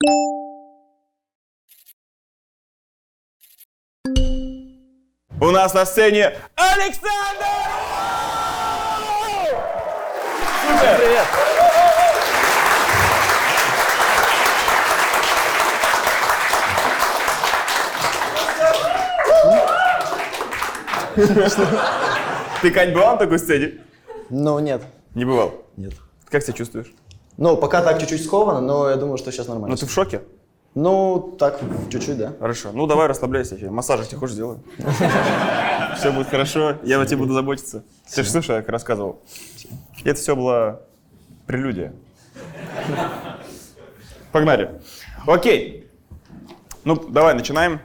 У нас на сцене Александр! Супер! Привет! Ты когда-нибудь бывал на такой сцене? Ну, нет. Не бывал? Нет. Как себя чувствуешь? Ну, пока так чуть-чуть сковано, но я думаю, что сейчас нормально. Ну ты в шоке? Ну, так, чуть-чуть, да. Хорошо. Ну давай расслабляйся. Массажик тебе хочешь сделаю? Все будет хорошо, я о тебе буду заботиться. Ты же слышал, я рассказывал. Это все была прелюдия. Погнали. Окей. Ну, давай, начинаем.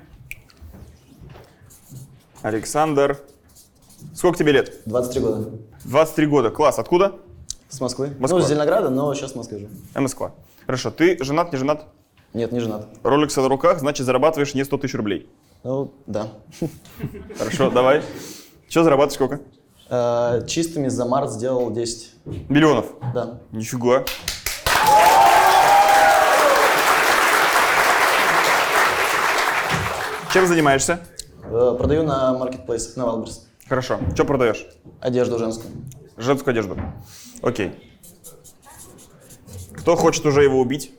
Александр. Сколько тебе лет? 23 года. 23 года. Класс. Откуда? С Москвы. Москва. Ну, с Зеленограда, но сейчас в Москве живу. Москва. Хорошо. Ты женат, не женат? Нет, не женат. Ролекса на руках, значит, зарабатываешь не 100 тысяч рублей. Ну, да. Хорошо, давай. Что зарабатываешь, сколько? Чистыми за март сделал 10. Миллионов? Да. Нифига. Чем занимаешься? Продаю на маркетплейсах, на Wildberries. Хорошо. Что продаешь? Одежду женскую. Женскую одежду. Окей. Кто хочет уже его убить?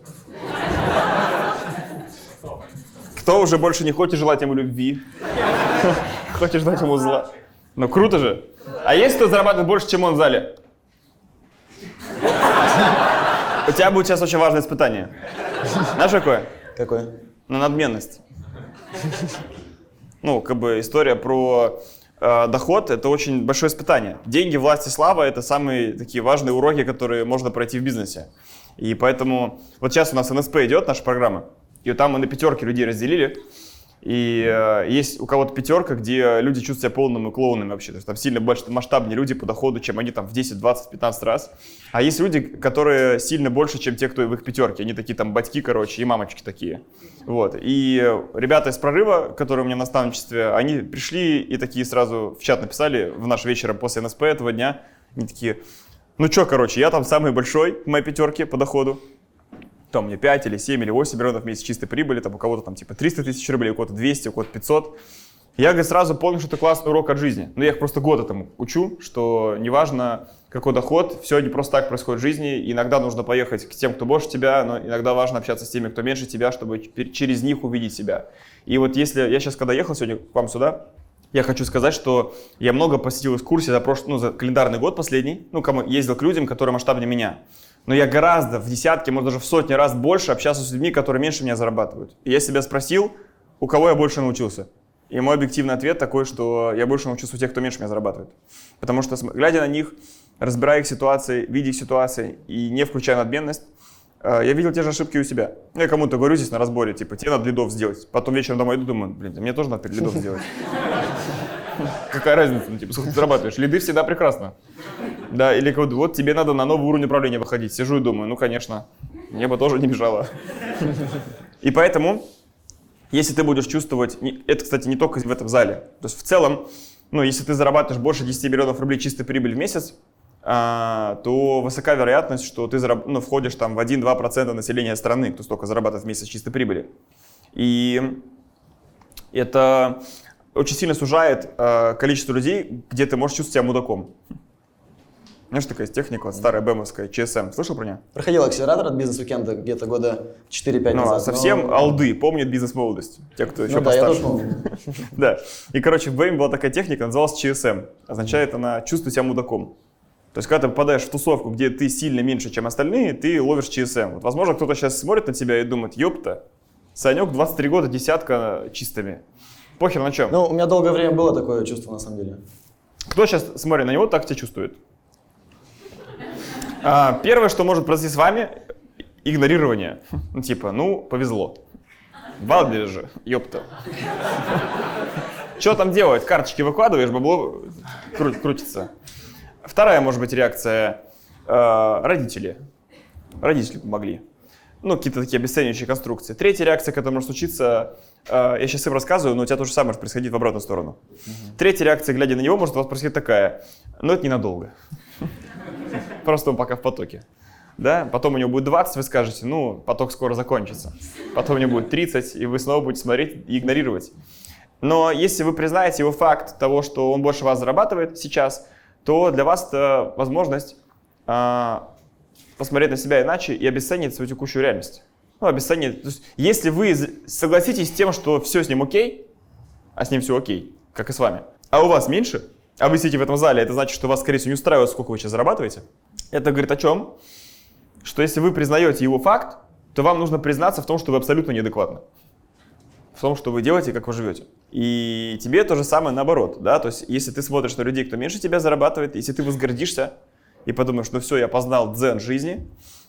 Кто уже больше не хочет желать ему любви? Хочет желать ему зла? Ну круто же. А есть кто зарабатывает больше, чем он в зале? У тебя будет сейчас очень важное испытание. Знаешь какое? Какой? На надменность. Ну, как бы история про доход — это очень большое испытание. Деньги, власть и слава — это самые такие важные уроки, которые можно пройти в бизнесе. И поэтому вот сейчас у нас НСП идет, наша программа, и там мы на пятерки людей разделили. И есть у кого-то пятерка, где люди чувствуют себя полными клоунами вообще. То есть там сильно больше масштабнее люди по доходу, чем они там в 10, 20, 15 раз. А есть люди, которые сильно больше, чем те, кто в их пятерке. Они такие там батьки, короче, и мамочки такие. Вот. И ребята из прорыва, которые у меня в наставничестве, они пришли и такие сразу в чат написали в наш вечером после НСП этого дня. Они такие: ну чё, короче, я там самый большой в моей пятерке по доходу. Там мне 5 или 7 или 8 миллионов в месяц чистой прибыли, там у кого-то там типа 300 тысяч рублей, у кого-то 200, у кого-то 500. Я, говорит, сразу понял, что это классный урок от жизни. Но я их просто год этому учу, что неважно, какой доход, все не просто так происходит в жизни. Иногда нужно поехать к тем, кто больше тебя, но иногда важно общаться с теми, кто меньше тебя, чтобы через них увидеть себя. И вот если я сейчас, когда ехал сегодня к вам сюда, я хочу сказать, что я много посетил экскурсий за календарный год последний, ездил к людям, которые масштабнее меня. Но я гораздо в десятки, может даже в сотни раз больше общался с людьми, которые меньше меня зарабатывают. И я себя спросил, у кого я больше научился. И мой объективный ответ такой, что я больше научился у тех, кто меньше меня зарабатывает. Потому что, глядя на них, разбирая их ситуации, видя их ситуации и не включая надменность, я видел те же ошибки у себя. Я кому-то говорю здесь на разборе, типа, тебе надо лидов сделать. Потом вечером домой иду, думаю, блин, мне тоже надо лидов сделать. Какая разница, сколько ты зарабатываешь? Лиды всегда прекрасно. Да, или вот тебе надо на новый уровень управления выходить. Сижу и думаю, ну, конечно, мне бы тоже не мешало. И поэтому, если ты будешь чувствовать, это, кстати, не только в этом зале, то есть в целом, если ты зарабатываешь больше 10 миллионов рублей чистой прибыли в месяц, то высока вероятность, что ты входишь там в 1-2% населения страны, кто столько зарабатывает в месяц чистой прибыли. И это очень сильно сужает количество людей, где ты можешь чувствовать себя мудаком. Знаешь, такая техника, вот, старая бэмовская, ЧСМ. Слышал про нее? Проходил акселератор от бизнес-уикенда где-то года 4-5 назад. Совсем алды помнят бизнес-молодость. Те, кто еще постарше. Да, я тоже помню. Да. И, короче, в БЭМе была такая техника, называлась ЧСМ. Означает, она чувствует себя мудаком. То есть, когда ты попадаешь в тусовку, где ты сильно меньше, чем остальные, ты ловишь ЧСМ. Вот, возможно, кто-то сейчас смотрит на тебя и думает, ёпта, Санек 23 года, десятка чистыми. Похер на чем. У меня долгое время было такое чувство, на самом деле. Кто сейчас, смотря на него, так себя чувствует? Первое, что может произойти с вами, игнорирование. Повезло. Валбери же, ёпта. Что там делать? Карточки выкладываешь, бабло крутится. Вторая, может быть, реакция родители. Родители помогли. Какие-то такие обесценивающие конструкции. Третья реакция, которая может случиться, я сейчас им рассказываю, но у тебя то же самое может происходить в обратную сторону. Третья реакция, глядя на него, может у вас происходить такая, но это ненадолго. Просто он пока в потоке. да, потом у него будет 20, вы скажете, ну, поток скоро закончится. Потом у него будет 30, и вы снова будете смотреть и игнорировать. Но если вы признаете его факт того, что он больше вас зарабатывает сейчас, то для вас это возможность посмотреть на себя иначе и обесценить свою текущую реальность. Ну, обесценить. То есть, если вы согласитесь с тем, что все с ним окей, а с ним все окей, как и с вами, а у вас меньше, а вы сидите в этом зале, это значит, что вас, скорее всего, не устраивает, сколько вы сейчас зарабатываете. Это говорит о чем? Что если вы признаете его факт, то вам нужно признаться в том, что вы абсолютно неадекватны. В том, что вы делаете, как вы живете. И тебе то же самое наоборот, да, то есть если ты смотришь на людей, кто меньше тебя зарабатывает, если ты возгордишься и подумаешь, ну все, я познал дзен жизни,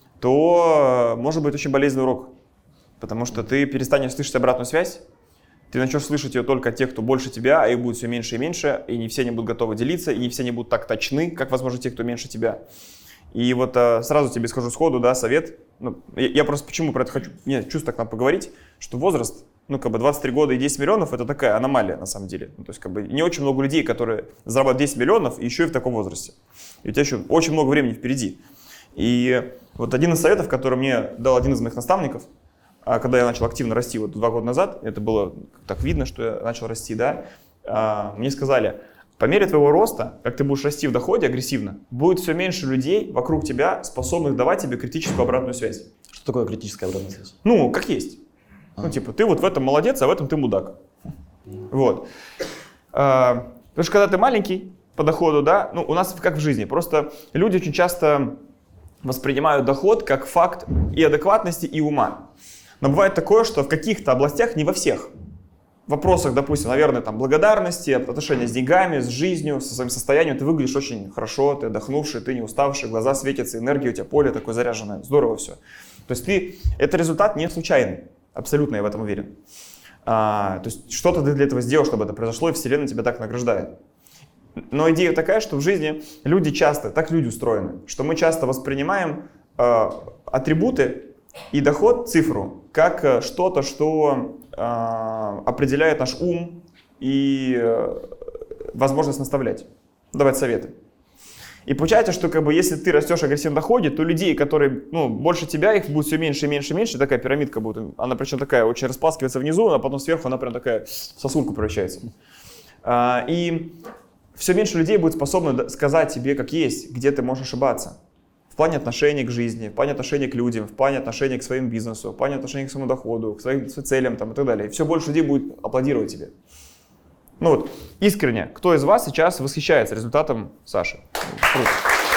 то может быть очень болезненный урок, потому что ты перестанешь слышать обратную связь, ты начнешь слышать ее только от тех, кто больше тебя, а их будет все меньше и меньше, и не все они будут готовы делиться, и не все они будут так точны, как, возможно, те, кто меньше тебя. И вот сразу тебе скажу сходу, да, совет, ну, я просто почему про это хочу, мне чувство к нам поговорить, что возраст, ну, как бы 23 года и 10 миллионов – это такая аномалия, на самом деле. Ну, то есть, как бы, не очень много людей, которые зарабатывают 10 миллионов, еще и в таком возрасте. И у тебя еще очень много времени впереди. И вот один из советов, который мне дал один из моих наставников, когда я начал активно расти вот 2 года назад, это было так видно, что я начал расти, да, мне сказали, по мере твоего роста, как ты будешь расти в доходе агрессивно, будет все меньше людей вокруг тебя, способных давать тебе критическую обратную связь. Что такое критическая обратная связь? Ну, как есть. Ну, типа, ты вот в этом молодец, а в этом ты мудак. Вот. Потому что когда ты маленький по доходу, да, ну, у нас как в жизни, просто люди очень часто воспринимают доход как факт и адекватности, и ума. Но бывает такое, что в каких-то областях, не во всех, в вопросах, допустим, наверное, там, благодарности, отношения с деньгами, с жизнью, со своим состоянием, ты выглядишь очень хорошо, ты отдохнувший, ты не уставший, глаза светятся, энергия у тебя, поле такое заряженное, здорово все. То есть это результат не случайный, абсолютно я в этом уверен. То есть что-то ты для этого сделал, чтобы это произошло, и Вселенная тебя так награждает. Но идея такая, что в жизни люди часто, так люди устроены, что мы часто воспринимаем атрибуты и доход, цифру, как что-то, что определяет наш ум и возможность наставлять, давать советы. И получается, что как бы, если ты растешь в агрессивном доходе, то людей, которые больше тебя, их будет все меньше и меньше и меньше, такая пирамидка будет. Она причем такая очень распласкивается внизу, а потом сверху она прям такая в сосульку превращается. И все меньше людей будет способно сказать тебе, как есть, где ты можешь ошибаться. В плане отношения к жизни, в плане отношения к людям, в плане отношения к своему бизнесу, в плане отношения к своему доходу, к своим целям там, и так далее. И все больше людей будет аплодировать тебе. Ну вот, искренне, кто из вас сейчас восхищается результатом Саши? Круто.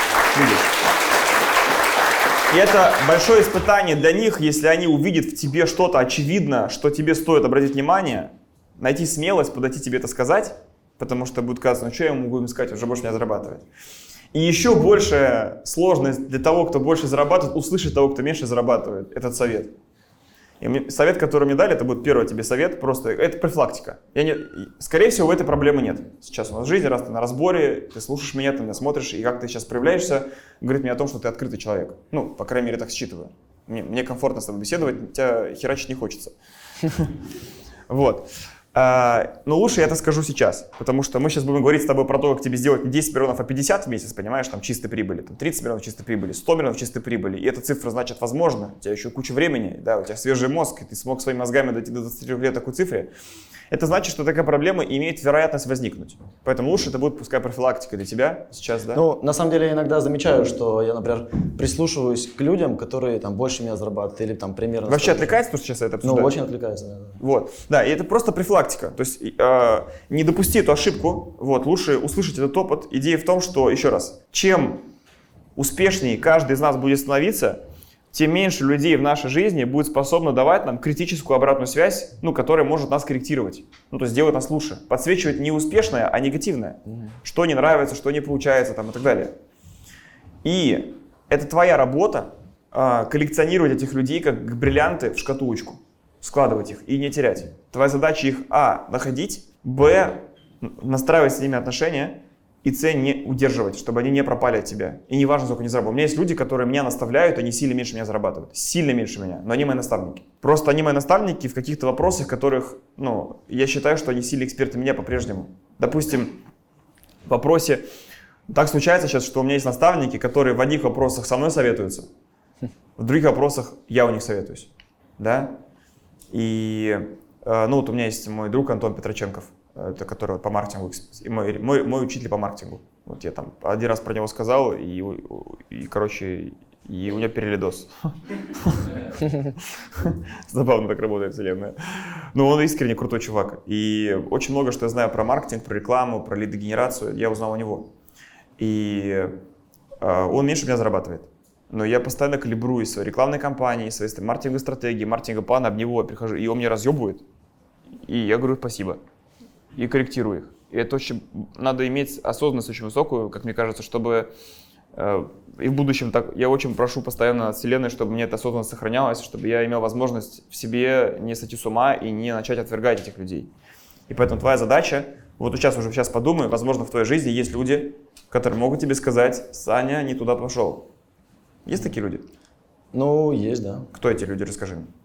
И это большое испытание для них, если они увидят в тебе что-то очевидно, что тебе стоит обратить внимание, найти смелость, подойти тебе это сказать, потому что будет казаться, ну что я могу им сказать, уже больше не зарабатывать. И еще большая сложность для того, кто больше зарабатывает, услышать того, кто меньше зарабатывает, этот совет. И совет, который мне дали, это будет первый тебе совет, просто это профилактика. Скорее всего, этой проблемы нет. Сейчас у нас жизнь, раз ты на разборе, ты слушаешь меня, ты меня смотришь, и как ты сейчас проявляешься, говорит мне о том, что ты открытый человек. Ну, по крайней мере, так считываю. Мне комфортно с тобой беседовать, тебя херачить не хочется. Вот. Но лучше я это скажу сейчас, потому что мы сейчас будем говорить с тобой про то, как тебе сделать не 10 миллионов, а 50 в месяц, понимаешь, там чистой прибыли, там 30 миллионов чистой прибыли, 100 миллионов чистой прибыли, и эта цифра значит возможно, у тебя еще куча времени, да, у тебя свежий мозг, и ты смог своими мозгами дойти до 23 лет такой цифре, это значит, что такая проблема имеет вероятность возникнуть. Поэтому лучше это будет, пускай, профилактика для тебя сейчас, да? Ну, на самом деле, я иногда замечаю, что я, например, прислушиваюсь к людям, которые там больше меня зарабатывают или там примерно... Вообще отвлекается, потому что сейчас это обсуждаем? Ну, очень отвлекается, да. Вот, да, и это просто профилактика. То есть не допусти эту ошибку, вот, лучше услышать этот опыт. Идея в том, что, еще раз, чем успешнее каждый из нас будет становиться, тем меньше людей в нашей жизни будет способно давать нам критическую обратную связь, которая может нас корректировать. Ну, то есть делать нас лучше. Подсвечивать не успешное, а негативное. Что не нравится, что не получается там, и так далее. И это твоя работа коллекционировать этих людей как бриллианты в шкатулочку. Складывать их и не терять. Твоя задача их, находить, настраивать с ними отношения, и не удерживать, чтобы они не пропали от тебя. И не важно, сколько они зарабатывают. У меня есть люди, которые меня наставляют, они сильно меньше меня зарабатывают. Сильно меньше меня, но они мои наставники. Просто они мои наставники в каких-то вопросах, которых, я считаю, что они сильные эксперты меня по-прежнему. Допустим, в вопросе, так случается сейчас, что у меня есть наставники, которые в одних вопросах со мной советуются, В других вопросах я у них советуюсь, да. И, ну, вот у меня есть мой друг Антон Петроченков, это который по маркетингу, и мой учитель по маркетингу. Вот я там один раз про него сказал, короче, и у меня перелидос. Забавно так работает вселенная. Но он искренне крутой чувак. И очень много, что я знаю про маркетинг, про рекламу, про лидогенерацию, я узнал у него. И он меньше меня зарабатывает. Но я постоянно калибрую свои рекламные кампании, свои маркетинговые стратегии, маркетинговый план, об него прихожу, и он мне разъебывает. И я говорю спасибо. И корректирую их. И это очень, надо иметь осознанность очень высокую, как мне кажется, чтобы и в будущем так, я очень прошу постоянно от Вселенной, чтобы мне эта осознанность сохранялась, чтобы я имел возможность в себе не сойти с ума и не начать отвергать этих людей. И поэтому твоя задача, вот сейчас подумай, возможно, в твоей жизни есть люди, которые могут тебе сказать: Саня, не туда пошел. Есть такие люди? Ну, есть, да. Кто эти люди? Расскажи мне.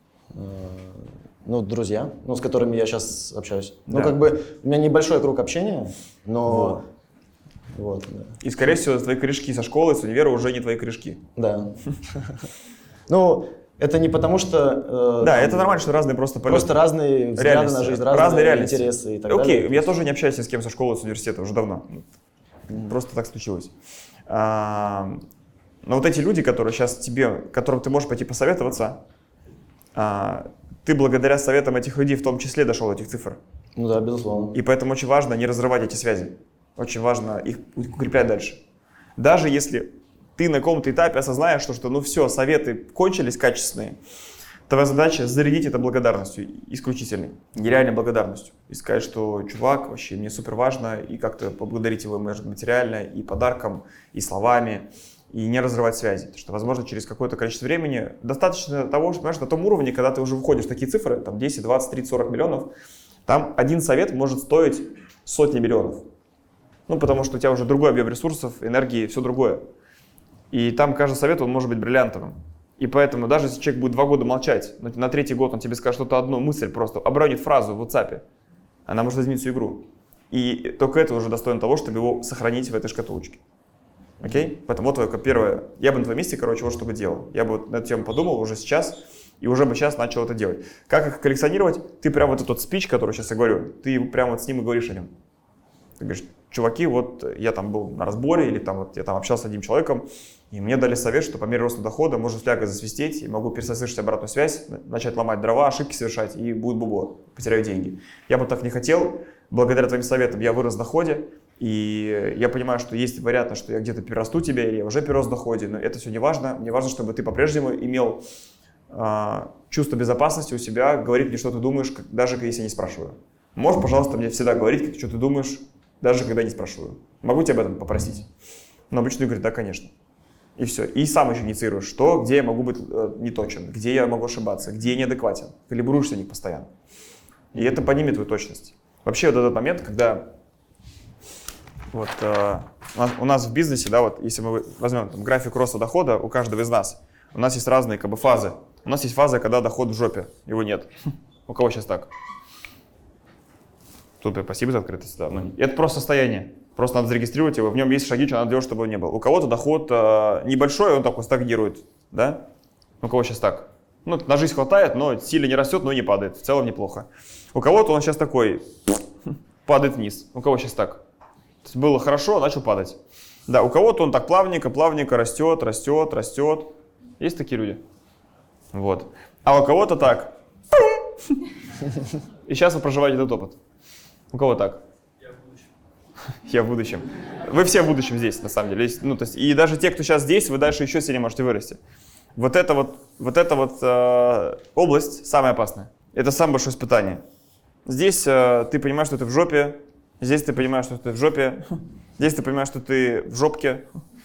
Ну, друзья, ну, с которыми я сейчас общаюсь. Да. Ну, как бы, у меня небольшой круг общения, но... Вот, да. И, скорее всего, твои корешки со школы, с универа уже не твои корешки. Да. Ну, это не потому что... Да, это нормально, что разные просто полеты. Просто разные взгляды на жизнь, разные интересы и так далее. Окей, я тоже не общаюсь ни с кем со школы, с университета уже давно. Просто так случилось. Но вот эти люди, которые сейчас тебе, которым ты можешь пойти посоветоваться, ты благодаря советам этих людей в том числе дошел до этих цифр. Ну да, безусловно. И поэтому очень важно не разрывать эти связи. Очень важно их укреплять дальше. Даже если ты на каком-то этапе осознаешь, что ну все, советы кончились качественные, твоя задача зарядить это благодарностью исключительной, нереальной благодарностью. И сказать, что чувак, вообще мне супер важно, и как-то поблагодарить его, может, материально, и подарком, и словами, и не разрывать связи. Потому что, возможно, через какое-то количество времени достаточно того, что, понимаешь, на том уровне, когда ты уже выходишь в такие цифры, там 10, 20, 30, 40 миллионов, там один совет может стоить сотни миллионов. Ну, потому что у тебя уже другой объем ресурсов, энергии, все другое. И там каждый совет, он может быть бриллиантовым. И поэтому даже если человек будет 2 года молчать, но на 3-й год он тебе скажет что-то одну мысль, просто обронит фразу в WhatsApp, она может изменить всю игру. И только это уже достойно того, чтобы его сохранить в этой шкатулочке. Окей? Поэтому вот только первое. Я бы на твоем месте, короче, вот что бы делал. Я бы на эту тему подумал уже сейчас, и уже бы сейчас начал это делать. Как их коллекционировать? Ты прям вот этот спич, который сейчас я говорю, ты прям вот с ним и говоришь о нем. Ты говоришь: чуваки, вот я там был на разборе, или там вот я там общался с одним человеком, и мне дали совет, что по мере роста дохода может фляга засвистеть, и могу перестать слышать обратную связь, начать ломать дрова, ошибки совершать, и будет бубло, потеряю деньги. Я бы так не хотел. Благодаря твоим советам я вырос в доходе, и я понимаю, что есть вероятность, что я где-то перерасту тебя, или я уже перерос в доходе, но это все не важно. Мне важно, чтобы ты по-прежнему имел чувство безопасности у себя, говорить мне, что ты думаешь, даже если я не спрашиваю. Можешь, пожалуйста, мне всегда говорить, что ты думаешь, даже когда не спрашиваю. Могу тебя об этом попросить? Но обычно говорит: да, конечно. И все. И сам еще инициируешь, что, где я могу быть неточен, где я могу ошибаться, где я неадекватен. Калибруешься на них постоянно. И это поднимет твою точность. Вообще вот этот момент, когда вот, у нас в бизнесе, да, вот если мы возьмем там, график роста дохода у каждого из нас, у нас есть разные как бы фазы. У нас есть фаза, когда доход в жопе, его нет. У кого сейчас так? Супер, спасибо за открытость. Да. Это просто состояние. Просто надо зарегистрировать его, в нем есть шаги, что надо делать, чтобы его не было. У кого-то доход небольшой, он такой стагнирует. Да? У кого сейчас так? Ну, на жизнь хватает, но сильно не растет, но и не падает. В целом неплохо. У кого-то он сейчас такой, падает вниз. У кого сейчас так? То есть было хорошо, начал падать. Да, у кого-то он так плавненько растет. Есть такие люди? Вот. А у кого-то так. И сейчас вы проживаете этот опыт. У кого так? Я в будущем. Вы все в будущем здесь, на самом деле. Ну, то есть, и даже те, кто сейчас здесь, вы дальше еще сильнее можете вырасти. Вот эта область самая опасная. Это самое большое испытание. Здесь ты понимаешь, что ты в жопе. Здесь ты понимаешь, что ты в жопе. Здесь ты понимаешь, что ты в жопке.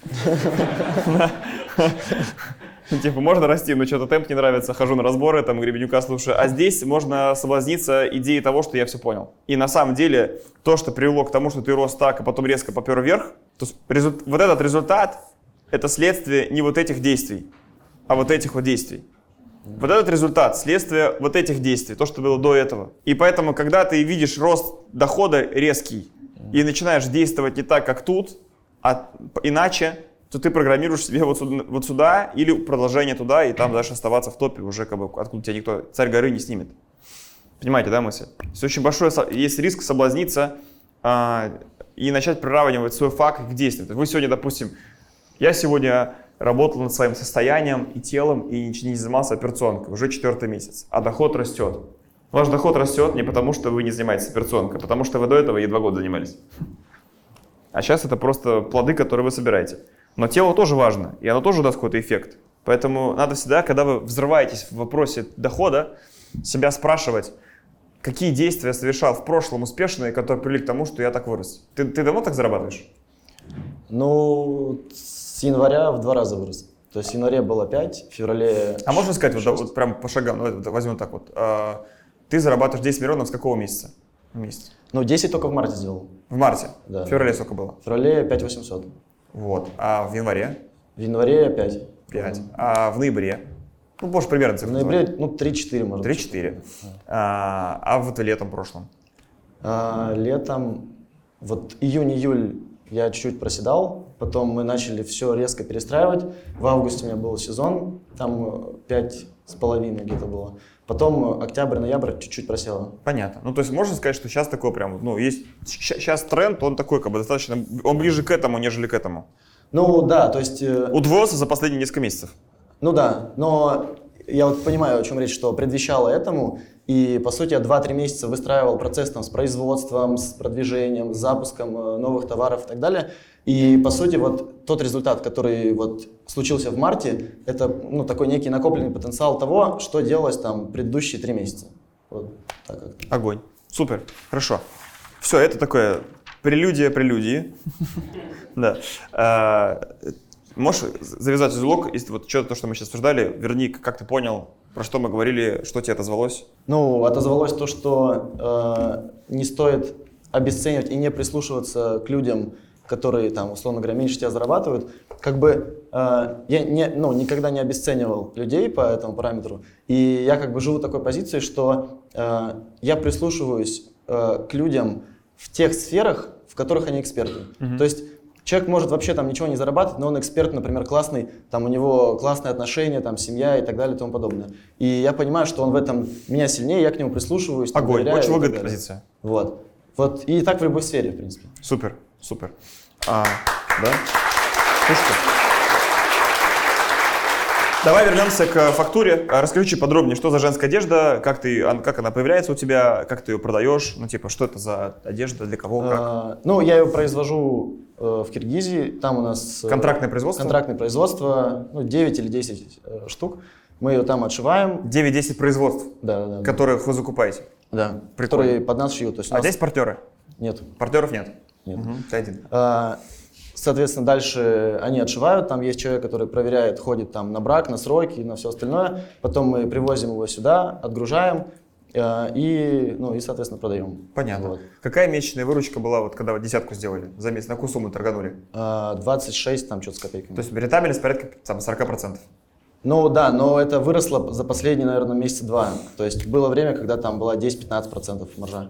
Типа, можно расти, но что-то темп не нравится, хожу на разборы, там, Гребенюка слушаю. А здесь можно соблазниться идеей того, что я все понял. И на самом деле, то, что привело к тому, что ты рос так, а потом резко попер вверх, то вот этот результат, это следствие не вот этих действий, а вот этих вот действий. Вот этот результат, следствие вот этих действий, то, что было до этого. И поэтому, когда ты видишь рост дохода резкий и начинаешь действовать не так, как тут, а иначе, то ты программируешь себе вот сюда или продолжение туда, и там дальше оставаться в топе уже как бы откуда тебя никто, царь горы не снимет. Понимаете, да, мысль? То есть очень большой есть риск соблазниться и начать приравнивать свой факт к действию. Вы сегодня, допустим, я сегодня работал над своим состоянием и телом и ничего не занимался операционкой уже 4-й месяц, а доход растет. Ваш доход растет не потому, что вы не занимаетесь операционкой, а потому что вы до этого 2 года занимались. А сейчас это просто плоды, которые вы собираете. Но тело тоже важно, и оно тоже даст какой-то эффект. Поэтому надо всегда, когда вы взрываетесь в вопросе дохода, себя спрашивать, какие действия я совершал в прошлом успешные, которые привели к тому, что я так вырос. Ты давно так зарабатываешь? Ну, с января в 2 раза вырос. То есть в январе было 5, в феврале... А можно сказать, вот прям по шагам, ну, возьмем так вот. Ты зарабатываешь 10 миллионов с какого месяца? Месяц. Ну, 10 только в марте сделал. В марте? Да. В феврале сколько было? В феврале 5800. Вот. А в январе? В январе 5. 5. А в ноябре? Ну, может, примерно цифру. В ноябре, ну, 3-4, может быть. 3-4. А вот летом прошлом? Летом, вот июнь-июль я чуть-чуть проседал, потом мы начали все резко перестраивать. В августе у меня был сезон, там 5,5 где-то было. Потом октябрь-ноябрь чуть-чуть просело. Понятно. Ну, то есть можно сказать, что сейчас такой прям, ну, есть, сейчас тренд, он такой, как бы, достаточно, он ближе к этому, нежели к этому. Ну, да, то есть... Удвоился за последние несколько месяцев. Ну да, но я вот понимаю, о чем речь, что предвещало этому, и, по сути, я 2-3 месяца выстраивал процесс там, с производством, с продвижением, с запуском новых товаров и так далее. И, по сути, вот тот результат, который вот случился в марте, это ну, такой некий накопленный потенциал того, что делалось там предыдущие 3 месяца. Вот так как-то. Огонь. Супер. Хорошо. Все, это такое прелюдия прелюдии. Да. Можешь завязать узелок, если вот что-то, что мы сейчас обсуждали, верни, как ты понял, про что мы говорили, что тебе отозвалось? Ну, отозвалось то, что не стоит обесценивать и не прислушиваться к людям, которые, там, условно говоря, меньше тебя зарабатывают. Как бы я никогда не обесценивал людей по этому параметру. И я как бы живу такой позицией, что я прислушиваюсь к людям в тех сферах, в которых они эксперты. То есть человек может вообще там ничего не зарабатывать, но он эксперт, например, классный, там у него классные отношения, там семья и так далее и тому подобное. И я понимаю, что он в этом меня сильнее, я к нему прислушиваюсь. Огонь, доверяю, очень выгодная позиция. Вот. И так в любой сфере, в принципе. Супер, супер. Да? Слушайте. Давай вернемся к фактуре. Расскажи чуть подробнее, что за женская одежда, как она появляется у тебя, как ты ее продаешь, ну типа, что это за одежда, для кого, как? Ну, я ее произвожу в Киргизии, там у нас контрактное производство? Контрактное производство, ну, 9 или 10 штук. Мы ее там отшиваем. 9-10 производств, да. Которых вы закупаете? Да, прикольно. Которые под нас шьют. То есть а здесь партнеры? Нет. Партнеров нет? Нет. Ты один. Соответственно, дальше они отшивают, там есть человек, который проверяет, ходит там на брак, на сроки и на все остальное. Потом мы привозим его сюда, отгружаем и соответственно, продаем. Понятно. Вот. Какая месячная выручка была, вот, когда вы 10 сделали за месяц? На какую сумму торганули? 26, там что-то с копейками. То есть рентабельность порядка там, 40%? Ну да, но это выросло за последние, наверное, месяца 2. То есть было время, когда там была 10-15% маржа.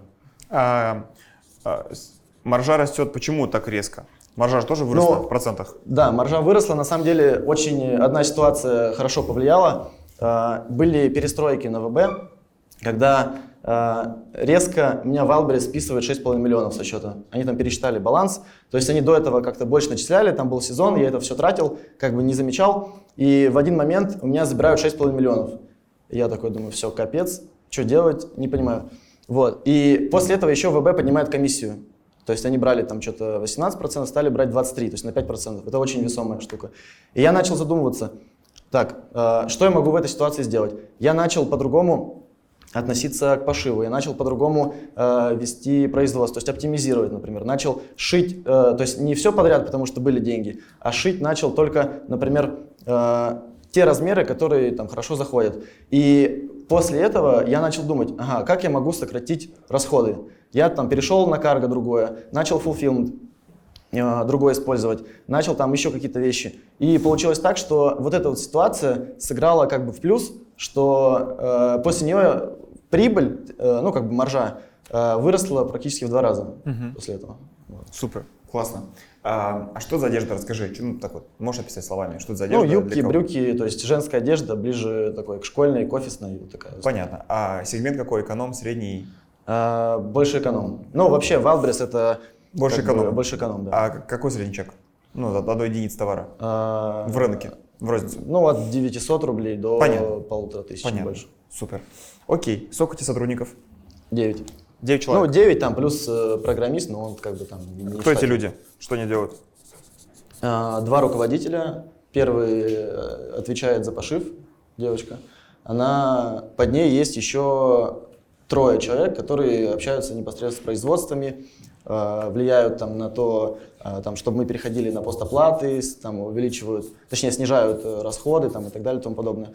Маржа растет почему так резко? Маржа же тоже выросла в процентах? Да, маржа выросла. На самом деле очень одна ситуация хорошо повлияла. Были перестройки на ВБ, когда резко меня Wildberries списывает 6,5 миллионов со счета. Они там пересчитали баланс. То есть они до этого как-то больше начисляли, там был сезон, я это все тратил, как бы не замечал. И в один момент у меня забирают 6,5 миллионов. И я такой думаю, все, капец, что делать, не понимаю. Вот. И после этого еще ВБ поднимает комиссию. То есть они брали там что-то 18%, стали брать 23%, то есть на 5%. Это очень весомая штука. И я начал задумываться, так, что я могу в этой ситуации сделать? Я начал по-другому относиться к пошиву, я начал по-другому вести производство, то есть оптимизировать, например. Начал шить, то есть не все подряд, потому что были деньги, а шить начал только, например, те размеры, которые там хорошо заходят. И после этого я начал думать, ага, как я могу сократить расходы? Я там перешел на карго другое, начал fulfillment другое использовать, начал там еще какие-то вещи. И получилось так, что вот эта вот ситуация сыграла как бы в плюс, что после нее прибыль, ну как бы маржа, выросла практически в 2 раза после этого. Вот. Супер. Классно. А что за одежда? Расскажи. Ну, так вот, можешь описать словами, что это за Ну, одежда? юбки, брюки, то есть женская одежда, ближе такой к школьной, к офисной. Вот такая. Понятно. А сегмент какой? Эконом, средний? Больше эконом. Ну, вообще, Wildberries это Больше эконом? Больше эконом, да. А какой средний чек? Ну, от одной единицы товара. В рынке, в розницу. Ну, от 900 рублей до Понятно. 1500, Понятно. больше. Супер. Окей. Сколько у тебя сотрудников? 9. 9 человек. Ну, 9 там плюс программист, но он как бы там... не Кто эти штатный. люди? Что они делают? 2 руководителя. Первый отвечает за пошив, девочка. Под ней есть еще 3 человек, которые общаются непосредственно с производствами, влияют там на то, там, чтобы мы переходили на постоплаты, там, увеличивают, точнее снижают расходы там, и так далее и тому подобное.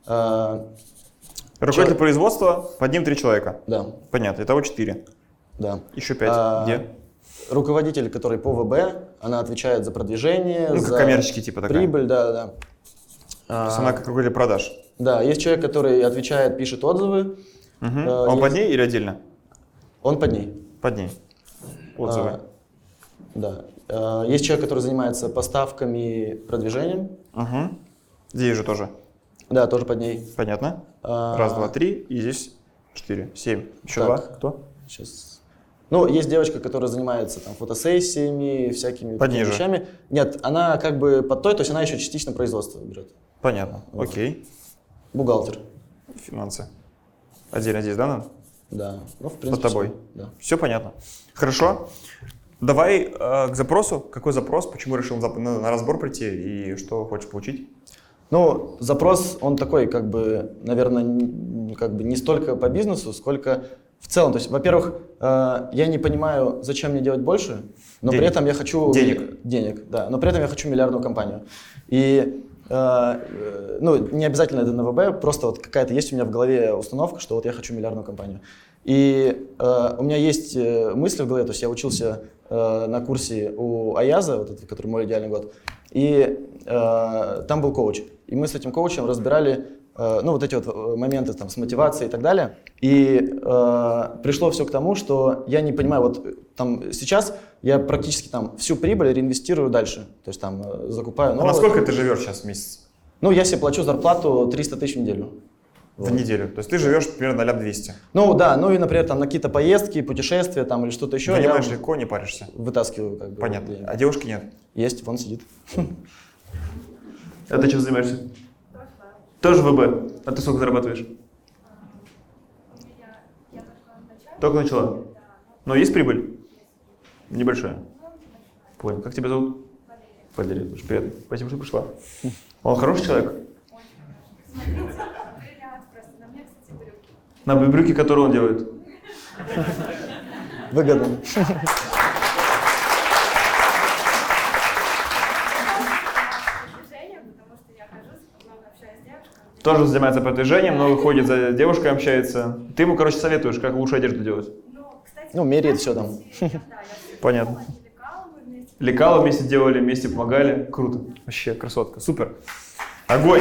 Руководитель производства, под ним 3 человека. Да. Понятно. Итого 4. Да. Еще 5. Где? Руководитель, который по ВБ, она отвечает за продвижение, Ну, как за коммерческий типа такая. прибыль, да. То есть она как руководитель продаж. Да, есть человек, который отвечает, пишет отзывы. Угу. Он под ней или отдельно? Он под ней. Под ней. Отзывы. Да. Есть человек, который занимается поставками, продвижением. Угу. Здесь же тоже. Да, тоже под ней. Понятно. Раз, два, 3. И здесь 4. 7. Еще Так. 2. Кто? Сейчас. Ну, есть девочка, которая занимается там фотосессиями, всякими Под такими ней же? вещами. Нет, она как бы под той, то есть она еще частично производство берет. Понятно. Вот. Окей. Бухгалтер. Финансы. Отдельно здесь, да, надо? Да. Ну, в принципе, Под тобой. всё. Да. Все понятно. Хорошо. Давай к запросу. Какой запрос? Почему решил на разбор прийти и что хочешь получить? Ну, запрос, он такой, как бы, наверное, как бы не столько по бизнесу, сколько в целом. То есть, во-первых, я не понимаю, зачем мне делать больше, но Денег. при этом я хочу... Денег, да. Но при этом я хочу миллиардную компанию. И, ну, не обязательно это на ВБ, просто вот какая-то есть у меня в голове установка, что вот я хочу миллиардную компанию. И у меня есть мысли в голове, то есть я учился на курсе у Аяза, вот этот, который мой идеальный год, и там был коуч. И мы с этим коучем разбирали ну, вот эти вот моменты там, с мотивацией и так далее. И пришло все к тому, что я не понимаю, вот там сейчас я практически там всю прибыль реинвестирую дальше. То есть там закупаю новое. А насколько ты живешь сейчас в месяц? Ну, я себе плачу зарплату 300 тысяч в неделю. В неделю. То есть ты живешь примерно на 200. Ну да, ну и, например, там на какие-то поездки, путешествия там или что-то еще. Понимаешь, я легко, не паришься. вытаскиваю как бы. Понятно. деньги. А девушки нет? Есть, вон сидит. А ты чем занимаешься? Тоже ВБ. А ты сколько зарабатываешь? Только начала? Но есть прибыль? Небольшая. Понял. Как тебя зовут? Валерия. Привет. Спасибо, что пришла. Он хороший человек? На брюки, которые он делает? Выгодно. Тоже занимается продвижением, но выходит за девушкой, общается. Ты ему, короче, советуешь, как лучше одежду делать. Ну, меряет все там. Понятно. Лекало вместе делали, вместе помогали. Круто. Вообще, красотка. Супер. Огонь.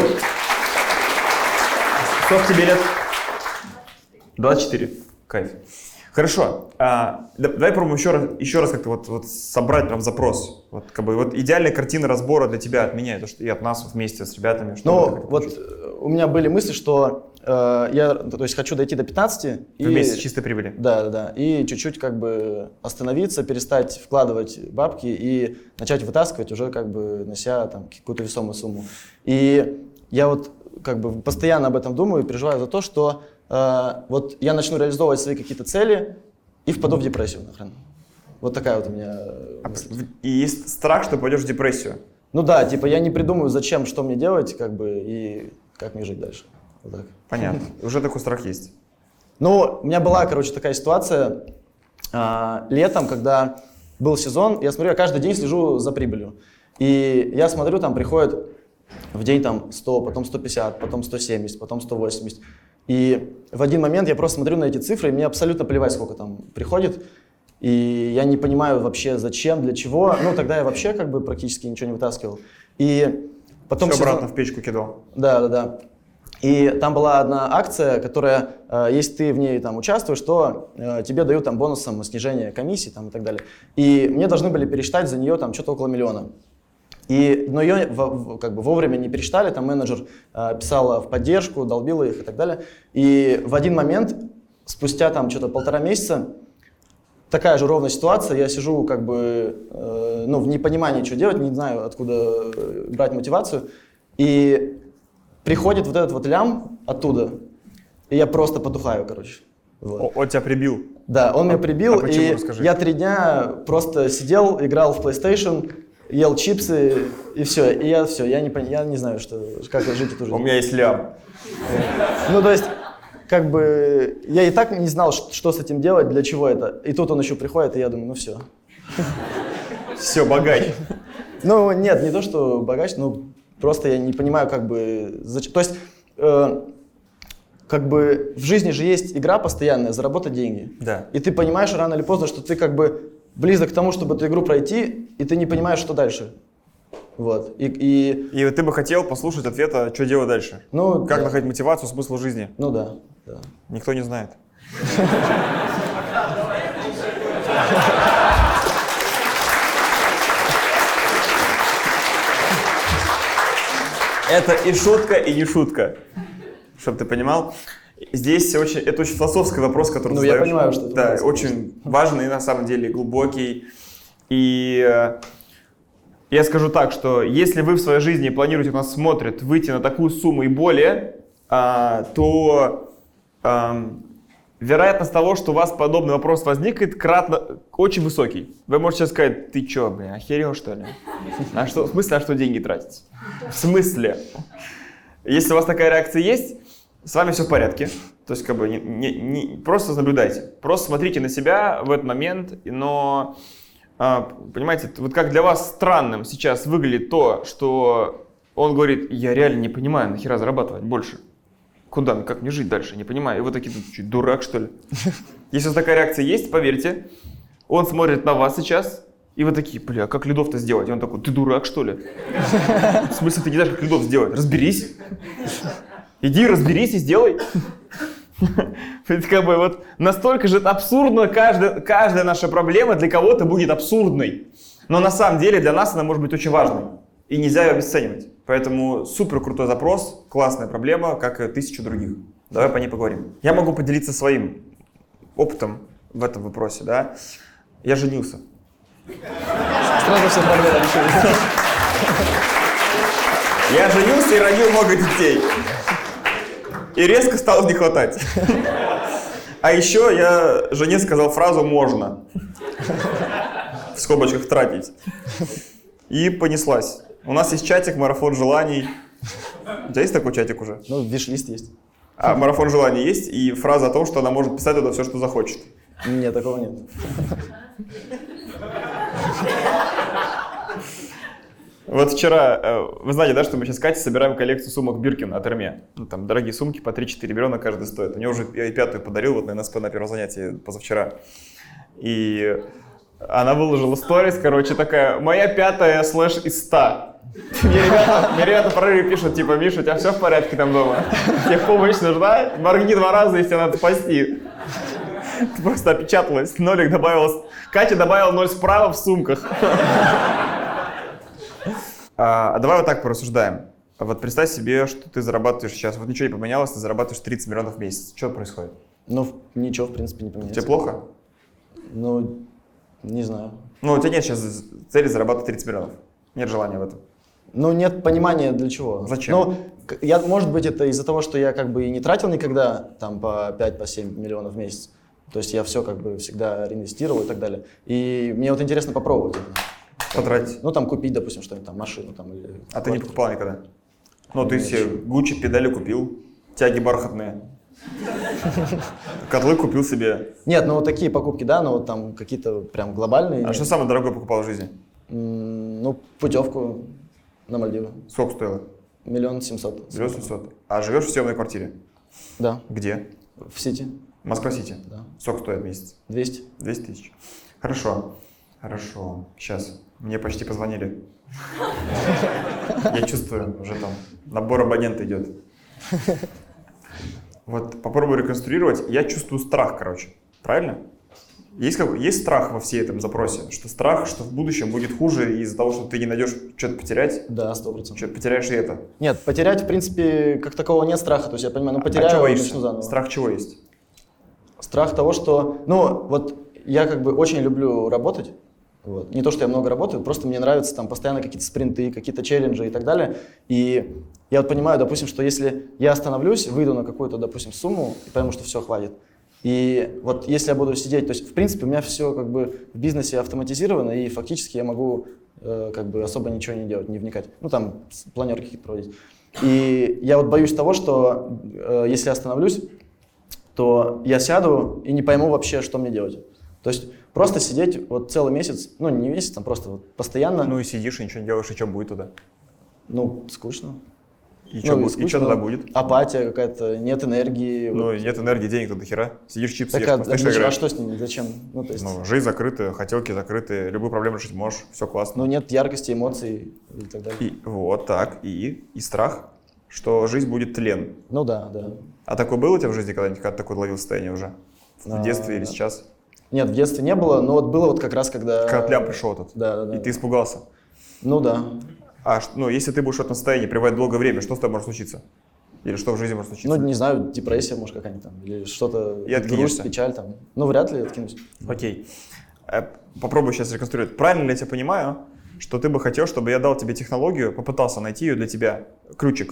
Сколько тебе лет? 24. Кайф. Хорошо. Давай пробуем еще раз как-то вот собрать прям запрос. Вот, как бы, вот идеальная картина разбора для тебя от меня и от нас вот вместе с ребятами. Ну, вот у меня были мысли, что я, то есть, хочу дойти до 15. Вместе с чистой прибыли. Да. И чуть-чуть как бы остановиться, перестать вкладывать бабки и начать вытаскивать уже как бы на себя там какую-то весомую сумму. И я вот как бы постоянно об этом думаю и переживаю за то, что вот я начну реализовывать свои какие-то цели и впаду в депрессию нахрен. Вот такая вот у меня мысль. И есть страх, что пойдешь в депрессию. Ну да, типа я не придумаю, зачем, что мне делать, как бы, и как мне жить дальше. Вот так. Понятно. Уже такой страх есть. Ну, у меня была, короче, такая ситуация летом, когда был сезон, я смотрю, я каждый день слежу за прибылью. И я смотрю, там приходит в день там 100, потом 150, потом 170, потом 180. И в один момент я просто смотрю на эти цифры, и мне абсолютно плевать, сколько там приходит. И я не понимаю вообще, зачем, для чего. Ну, тогда я вообще как бы практически ничего не вытаскивал. И потом Все обратно в печку кидал. Да. И там была одна акция, которая, если ты в ней там участвуешь, то тебе дают там бонусом снижение комиссии там, и так далее. И мне должны были пересчитать за нее там что-то около миллиона. Но ее как бы вовремя не пересчитали, там менеджер писал в поддержку, долбил их и так далее. И в один момент, спустя там что-то 1,5 месяца, такая же ровная ситуация, я сижу как бы в непонимании, что делать, не знаю, откуда брать мотивацию. И приходит вот этот вот лям оттуда, и я просто потухаю, короче. Вот. Он тебя прибил? Да, он меня прибил, почему, и расскажи. я 3 дня просто сидел, играл в PlayStation, ел чипсы, и все. И я не знаю, как жить эту жизнь. У меня есть лям. Ну, то есть, как бы, я и так не знал, что с этим делать, для чего это. И тут он еще приходит, и я думаю, ну все. Все, богач. Ну, нет, не то, что богач, но просто я не понимаю, как бы, зачем. То есть, как бы, в жизни же есть игра постоянная, заработать деньги. Да. И ты понимаешь рано или поздно, что ты как бы близок к тому, чтобы эту игру пройти, и ты не понимаешь, что дальше. Вот. И ты бы хотел послушать ответа, что делать дальше? Ну, как да. находить мотивацию, смысл жизни? Ну да. Никто не знает. Это и шутка, и не шутка. Чтобы ты понимал. Здесь это очень философский вопрос, который ты задаешь. Я понимаю, что это. Да, очень важный, на самом деле, глубокий. И я скажу так, что если вы в своей жизни планируете, нас смотрят, выйти на такую сумму и более, то вероятность того, что у вас подобный вопрос возникнет, очень высокий. Вы можете сказать, ты чё, блин, охерел что ли? В смысле, на что деньги тратить? В смысле? Если у вас такая реакция есть, с вами все в порядке. То есть, как бы, просто наблюдайте. Просто смотрите на себя в этот момент, но, понимаете, вот как для вас странным сейчас выглядит то, что он говорит, я реально не понимаю, нахера зарабатывать больше. Куда, как мне жить дальше, не понимаю. И вы такие, дурак, что ли? Если у вас такая реакция есть, поверьте, он смотрит на вас сейчас, и вы такие, бля, как лидов-то сделать? И он такой, ты дурак, что ли? В смысле, ты не знаешь, как лидов сделать? Разберись. Иди, разберись и сделай. Как бы вот настолько же абсурдно, каждая наша проблема для кого-то будет абсурдной. Но на самом деле для нас она может быть очень важной. И нельзя ее обесценивать. Поэтому супер крутой запрос, классная проблема, как и 1000 других. Давай по ней поговорим. Я могу поделиться своим опытом в этом вопросе. Да? Я женился. Сразу все проблемы решились. Я женился и родил много детей. И резко стало не хватать. А еще я жене сказал фразу «можно». В скобочках «тратить». И понеслась. У нас есть чатик «Марафон желаний». У тебя есть такой чатик уже? Ну, виш-лист есть. А «Марафон желаний» есть, и фраза о том, что она может писать туда все, что захочет. Нет, такого нет. Вот вчера, вы знаете, да, что мы сейчас с Катей собираем коллекцию сумок Биркин от Hermès. Ну, там дорогие сумки, по 3-4 миллиона каждый стоит. У нее уже я и 5-ю подарил вот на НСП на первом занятии позавчера. И она выложила сторис, короче, такая, моя 5-я слэш из 100. Мне ребята в прорыве пишут, типа, Миша, у тебя все в порядке там дома? Тебе помощь нужна? Моргни 2 раза, если надо спасти. Ты просто опечаталась, нолик добавилась. Катя добавила 0 справа в сумках. Давай вот так порассуждаем. Вот представь себе, что ты зарабатываешь сейчас, вот ничего не поменялось, ты зарабатываешь 30 миллионов в месяц. Что происходит? Ну, ничего, в принципе, не поменяется. Тебе плохо? Ну, не знаю. Ну, у тебя нет сейчас цели зарабатывать 30 миллионов. Нет желания в этом. Ну, нет понимания для чего. Зачем? Ну, может быть, это из-за того, что я как бы и не тратил никогда там по 5-7 миллионов в месяц. То есть я все как бы всегда реинвестировал и так далее. И мне вот интересно попробовать. Потратить. Ну, там купить, допустим, что-нибудь, там, машину там или... А ты не покупал никогда? Ну, ты себе Гуччи педали купил, тяги бархатные. Котлы купил себе. Нет, ну вот такие покупки, да, но вот там какие-то прям глобальные. А что самое дорогое покупал в жизни? Ну, путевку на Мальдивы. Сколько стоило? 1 700 000. 1 700 000. А живешь в съемной квартире? Да. Где? В Сити. Москва-Сити? Да. Сколько стоит в месяц? 200. 200 тысяч. Хорошо. Сейчас. Мне почти позвонили. Я чувствую, уже там набор абонента идет. Вот попробую реконструировать. Я чувствую страх, короче. Правильно? Есть страх во всей этом запросе? Что страх, что в будущем будет хуже из-за того, что ты не найдешь что-то потерять? Да, 100%. Что-то потеряешь и это. Нет, потерять, в принципе, как такового нет страха. То есть я понимаю, А потеряю, чего начну боишься? заново. Страх чего есть? Страх того, что... вот я как бы очень люблю работать. Вот. Не то, что я много работаю, просто мне нравятся там постоянно какие-то спринты, какие-то челленджи и так далее. И я вот понимаю, допустим, что если я остановлюсь, выйду на какую-то, допустим, сумму и пойму, что все, хватит. И вот если я буду сидеть, то есть в принципе у меня все как бы в бизнесе автоматизировано, и фактически я могу как бы особо ничего не делать, не вникать. Ну там планерки какие-то проводить. И я вот боюсь того, что если я остановлюсь, то я сяду и не пойму вообще, что мне делать. То есть просто сидеть вот целый месяц, ну не месяц, там просто вот постоянно. Ну и сидишь, и ничего не делаешь, и что будет туда? Ну, скучно. И что тогда будет? Апатия какая-то, нет энергии. Ну, вот. нет энергии, денег-то до хера. Сидишь, чипсы Так, ешь, а PlayStation играешь. что с ними? Зачем? Ну, то есть, Жизнь закрыта, хотелки закрыты, любую проблему решить можешь, все классно. ну, нет яркости, эмоций и так далее. И вот так, и страх, что жизнь будет тлен. Ну да, да. А такое было у тебя в жизни когда-нибудь, когда ты такое ловил состояние уже? В детстве или сейчас? Нет, в детстве не было, но вот было вот как раз, когда... Когда тлям пришел тут, Да. и ты испугался. Ну да. Если ты будешь в этом состоянии пребывать долгое время, что с тобой может случиться? Или что в жизни может случиться? Ну, не знаю, депрессия, может, какая-нибудь там, или что-то, И откинешься. грусть, печаль там. Ну, вряд ли откинусь. Окей. Попробую сейчас реконструировать. Правильно ли я тебя понимаю, что ты бы хотел, чтобы я дал тебе технологию, попытался найти ее для тебя, ключик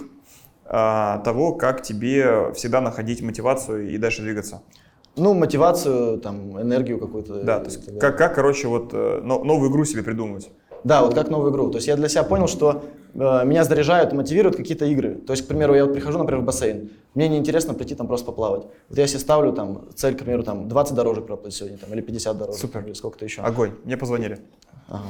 того, как тебе всегда находить мотивацию и дальше двигаться? Ну, мотивацию, там, энергию какую-то. Да, то есть как короче, вот новую игру себе придумывать. Да, вот как новую игру. То есть я для себя понял, что меня заряжают, мотивируют какие-то игры. То есть, к примеру, я вот прихожу, например, в бассейн. Мне неинтересно прийти там просто поплавать. Вот я себе ставлю там цель, к примеру, там 20 дорожек проплыть сегодня, там, или 50 дорожек. Супер. Или сколько-то еще. Огонь. Мне позвонили. Ага.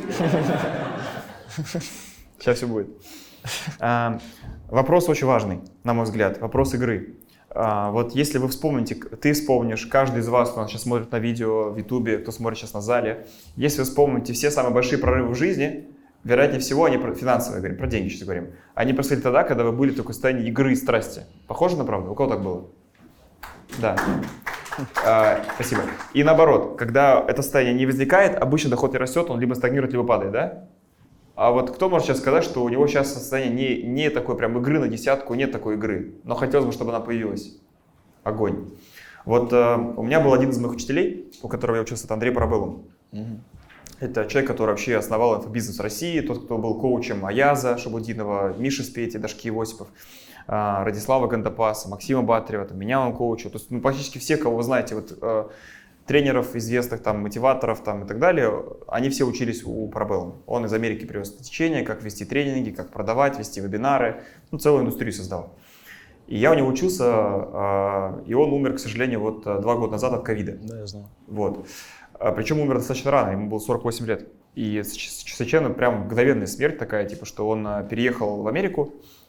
Сейчас все будет. Вопрос очень важный, на мой взгляд. Вопрос игры. Вот если вы вспомните, ты вспомнишь, каждый из вас, кто нас сейчас смотрит на видео в Ютубе, кто смотрит сейчас на зале, если вы вспомните все самые большие прорывы в жизни, вероятнее всего, они про финансовые, говорим, про деньги сейчас говорим, они происходили тогда, когда вы были в такой состоянии игры и страсти. Похоже на правду? У кого так было? Да. Спасибо. И наоборот, когда это состояние не возникает, обычно доход не растет, он либо стагнирует, либо падает, да? А вот кто может сейчас сказать, что у него сейчас состояние не такой прям игры на десятку, нет такой игры, но хотелось бы, чтобы она появилась? Огонь. Вот у меня был один из моих учителей, у которого я учился, это Андрей Парабеллум. Это человек, который вообще основал инфобизнес в России, тот, кто был коучем Аяза Шабудинова, Миши Спети, Дашки Осипов, Радислава Гандапаса, Максима Батарева, меня он коучил. То есть практически все, кого вы знаете, вот, тренеров известных, там, мотиваторов там, и так далее, они все учились у Парабеллума. Он из Америки привез это течение, как вести тренинги, как продавать, вести вебинары, целую индустрию создал. И я у него учился, и он умер, к сожалению, вот 2 года назад от ковида. Да, я знаю. Вот. Причем умер достаточно рано, ему было 48 лет. И совершенно прям мгновенная смерть такая, типа, что он переехал в Америку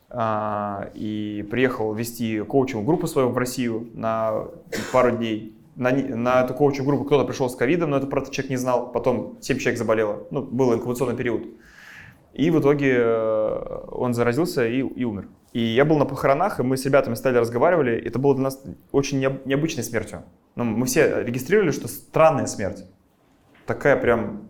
и приехал вести коучинговую группу свою в Россию на пару дней. На эту коучинговую группу кто-то пришел с ковидом, но это просто человек не знал. Потом 7 человек заболело. Был инкубационный период. И в итоге он заразился и умер. И я был на похоронах, и мы с ребятами стали разговаривали. Это было для нас очень необычной смертью. Мы все регистрировали, что странная смерть. Такая прям...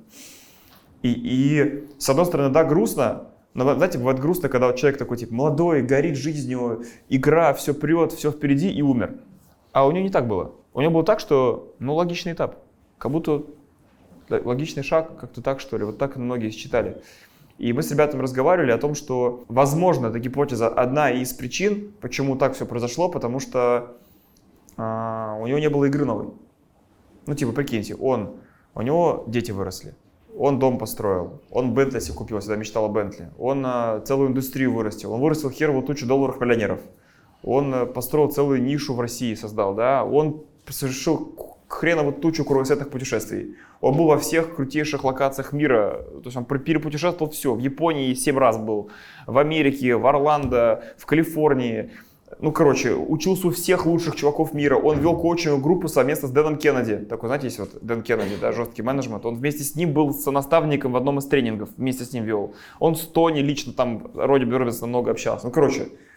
И с одной стороны, да, грустно. Но, знаете, бывает грустно, когда вот человек такой, типа, молодой, горит жизнью, игра, все прет, все впереди, и умер. А у него не так было. У него было так, что, логичный этап. Как будто логичный шаг, как-то так, что ли. Вот так многие считали. И мы с ребятами разговаривали о том, что, возможно, эта гипотеза одна из причин, почему так все произошло, потому что у него не было игры новой. Прикиньте, у него дети выросли, он дом построил, он Бентли себе купил, всегда мечтал о Бентли, он целую индустрию вырастил, он вырастил херовую тучу долларов миллионеров, он построил целую нишу в России, создал, да, он совершил хреновую тучу кругосветных путешествий. Он был во всех крутейших локациях мира, то есть он перепутешествовал все, в Японии 7 раз был, в Америке, в Орландо, в Калифорнии. Учился у всех лучших чуваков мира. Он вел коучинговую группу совместно с Дэном Кеннеди. Такой, знаете, есть вот Дэн Кеннеди, да, жесткий менеджмент. Он вместе с ним был сонаставником в одном из тренингов, вместе с ним вел. Он с Тони лично там, Робинсоном много общался.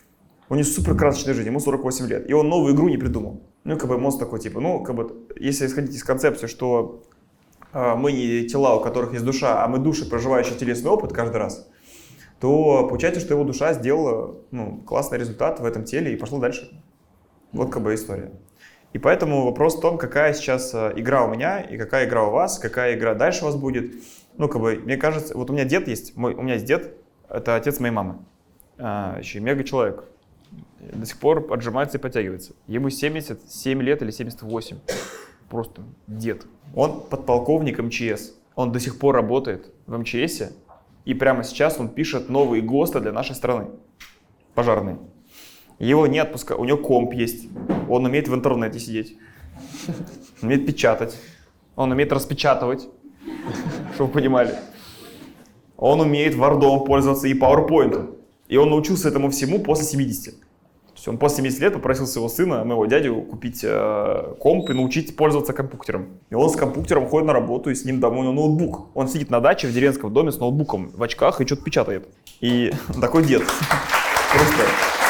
У него супер красочная жизнь, ему 48 лет, и он новую игру не придумал. Ну, как бы мозг такой, типа, ну, как бы, если исходить из концепции, что мы не тела, у которых есть душа, а мы души, проживающие телесный опыт каждый раз, то получается, что его душа сделала, ну, классный результат в этом теле и пошла дальше. Вот как бы история. И поэтому вопрос в том, какая сейчас игра у меня и какая игра у вас, какая игра дальше у вас будет. Ну, как бы, мне кажется, вот у меня дед есть, у меня есть дед, это отец моей мамы, еще мега человек. До сих пор отжимается и подтягивается. Ему 77 лет или 78. Просто дед. Он подполковник МЧС. Он до сих пор работает в МЧСе. И прямо сейчас он пишет новые ГОСТы для нашей страны. Пожарные. Его не отпускают. У него комп есть. Он умеет в интернете сидеть. Он умеет печатать. Он умеет распечатывать. Чтобы вы понимали. Он умеет Word'ом пользоваться и PowerPoint. И он научился этому всему после 70. То есть он после 70 лет попросил своего сына, моего дядю, купить комп и научить пользоваться компьютером. И он с компьютером ходит на работу, и с ним домой ноутбук. Он сидит на даче в деревенском доме с ноутбуком в очках и что-то печатает. И такой дед. Просто.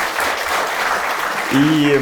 И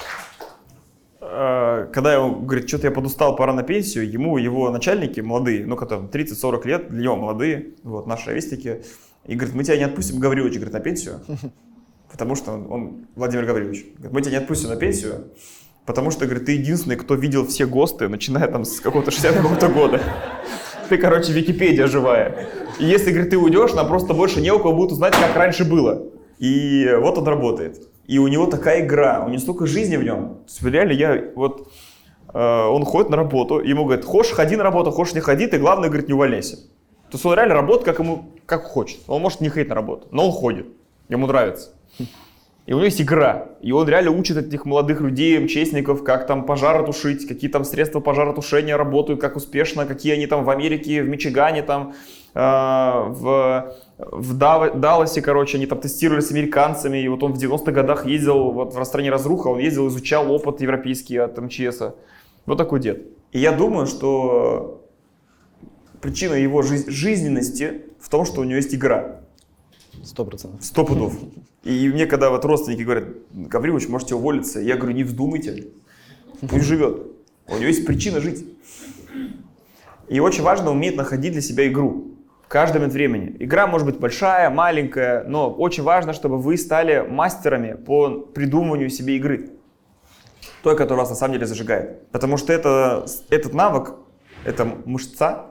когда ему говорит, что-то я подустал, пора на пенсию, ему его начальники молодые, ну, которые 30-40 лет, для него молодые, вот, наши ровесники, и говорит, мы тебя не отпустим, Гаврилович, говорит, на пенсию, потому что он Владимир Гаврилович, говорит, мы тебя не отпустим на пенсию, потому что, говорит, ты единственный, кто видел все ГОСТы, начиная там с какого-то 60-го года. Ты, короче, Википедия живая. И если, говорит, ты уйдешь, нам просто больше не у кого будет узнать, как раньше было. И вот он работает. И у него такая игра, у него столько жизни в нем. Реально, он ходит на работу, ему говорят, хочешь, ходи на работу, хочешь, не ходи, ты, главное, говорит, не увольняйся. То есть он реально работает, как хочет. Он может не ходить на работу, но он ходит, ему нравится. И у него есть игра, и он реально учит этих молодых людей, МЧСников, как там пожары тушить, какие там средства пожаротушения работают, как успешно, какие они там в Америке, в Мичигане, там, в Далласе, короче, они там тестировали с американцами, и вот он в 90-х годах ездил, вот в стране разруха, он ездил, изучал опыт европейский от МЧСа. Вот такой дед. И я думаю, что причина его жизненности в том, что у него есть игра. 100%. 100 пудов. И мне когда вот родственники говорят, Гаврилович, можете уволиться, я говорю, не вздумайте, пусть живет. У него есть причина жить. И очень важно уметь находить для себя игру. В каждый момент времени. Игра может быть большая, маленькая, но очень важно, чтобы вы стали мастерами по придумыванию себе игры. Той, которая вас на самом деле зажигает. Потому что этот навык, это мышца,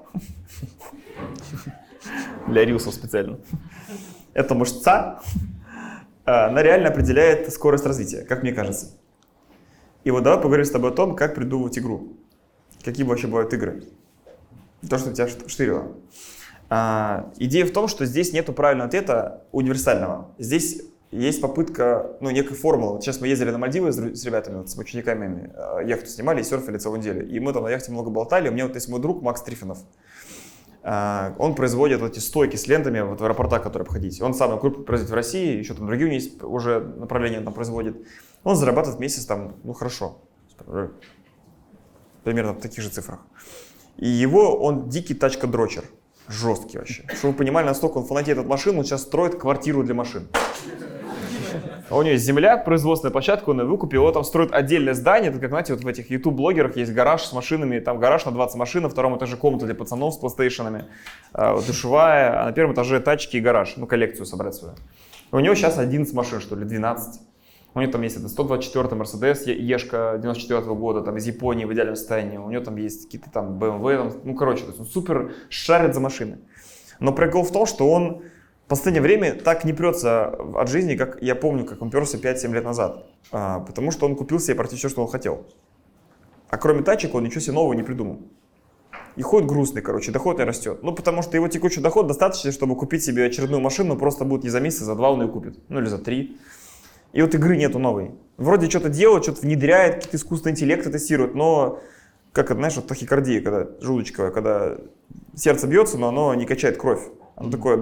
для рилсов специально, эта мышца, она реально определяет скорость развития, как мне кажется. И вот давай поговорим с тобой о том, как придумывать игру. Какие вообще бывают игры. То, что тебя штырило. Идея в том, что здесь нету правильного ответа универсального. Здесь есть попытка, некой формулы. Вот сейчас мы ездили на Мальдивы с ребятами, с учениками, яхту снимали и серфили целую неделю. И мы там на яхте много болтали. У меня вот есть мой друг Макс Трифонов. Он производит эти стойки с лентами в аэропортах, которые обходить. Он самый крупный производитель в России, еще там другие у него есть уже направления, он там производит. Он зарабатывает в месяц там, хорошо, примерно в таких же цифрах. И он дикий тачка-дрочер, жесткий вообще. Чтобы вы понимали, настолько он фанатеет от машин, он сейчас строит квартиру для машин. А у него есть земля, производственная площадка, он ее выкупил, его там строит отдельное здание, это как, знаете, вот в этих YouTube-блогерах есть гараж с машинами, там гараж на 20 машин, на втором этаже комната для пацанов с плейстейшенами, душевая, а на первом этаже тачки и гараж, коллекцию собрать свою. И у него сейчас 11 машин, что ли, 12. У него там есть 124-й Mercedes, Ешка 94-го года, там из Японии в идеальном состоянии, у него там есть какие-то там BMW, то есть он супер шарит за машины. Но прикол в том, что он в последнее время так не прется от жизни, как я помню, как он перся 5-7 лет назад. Потому что он купил себе практически все, что он хотел. А кроме тачек он ничего себе нового не придумал. И ходит грустный, доход не растет. Потому что его текущий доход достаточно, чтобы купить себе очередную машину, просто будет не за месяц, а за 2 он ее купит. Или за 3. И вот игры нету новой. Вроде что-то делает, что-то внедряет, какие-то искусственные интеллекты тестирует, но как это, знаешь, вот тахикардия, когда желудочковая, когда сердце бьется, но оно не качает кровь. Оно такое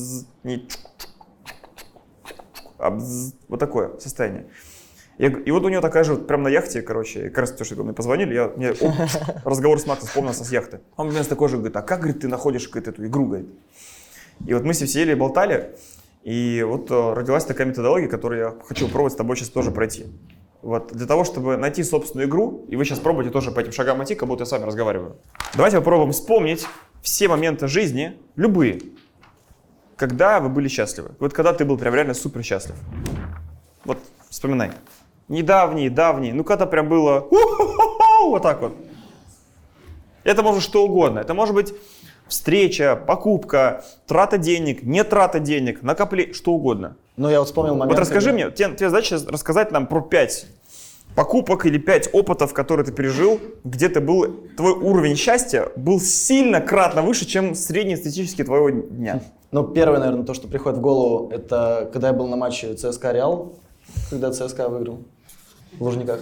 вот такое состояние. И вот у него такая же, прям на яхте, как раз то, что мне позвонили, мне разговор с Максом вспомнился с яхты. Он мне такой же говорит, а как, говорит, ты находишь эту игру, говорит. И вот мы все сели и болтали, И вот родилась такая методология, которую я хочу пробовать с тобой сейчас тоже пройти. Вот, для того, чтобы найти собственную игру, и вы сейчас пробуете тоже по этим шагам идти, как будто я с вами разговариваю. Давайте попробуем вспомнить все моменты жизни, любые, когда вы были счастливы. Вот когда ты был прям реально супер счастлив. Вот вспоминай. Недавний, давний, ну когда прям было вот так вот. Это может что угодно. Это может быть встреча, покупка, трата денег, не трата денег, накопление, что угодно. Ну, я вот вспомнил момент. Вот расскажи мне, тебе задача рассказать нам про 5 покупок или 5 опытов, которые ты пережил, где ты был, твой уровень счастья был сильно кратно выше, чем среднестатистический твоего дня. Ну, первое, наверное, то, что приходит в голову, это когда я был на матче ЦСКА Реал, когда ЦСКА выиграл в Лужниках.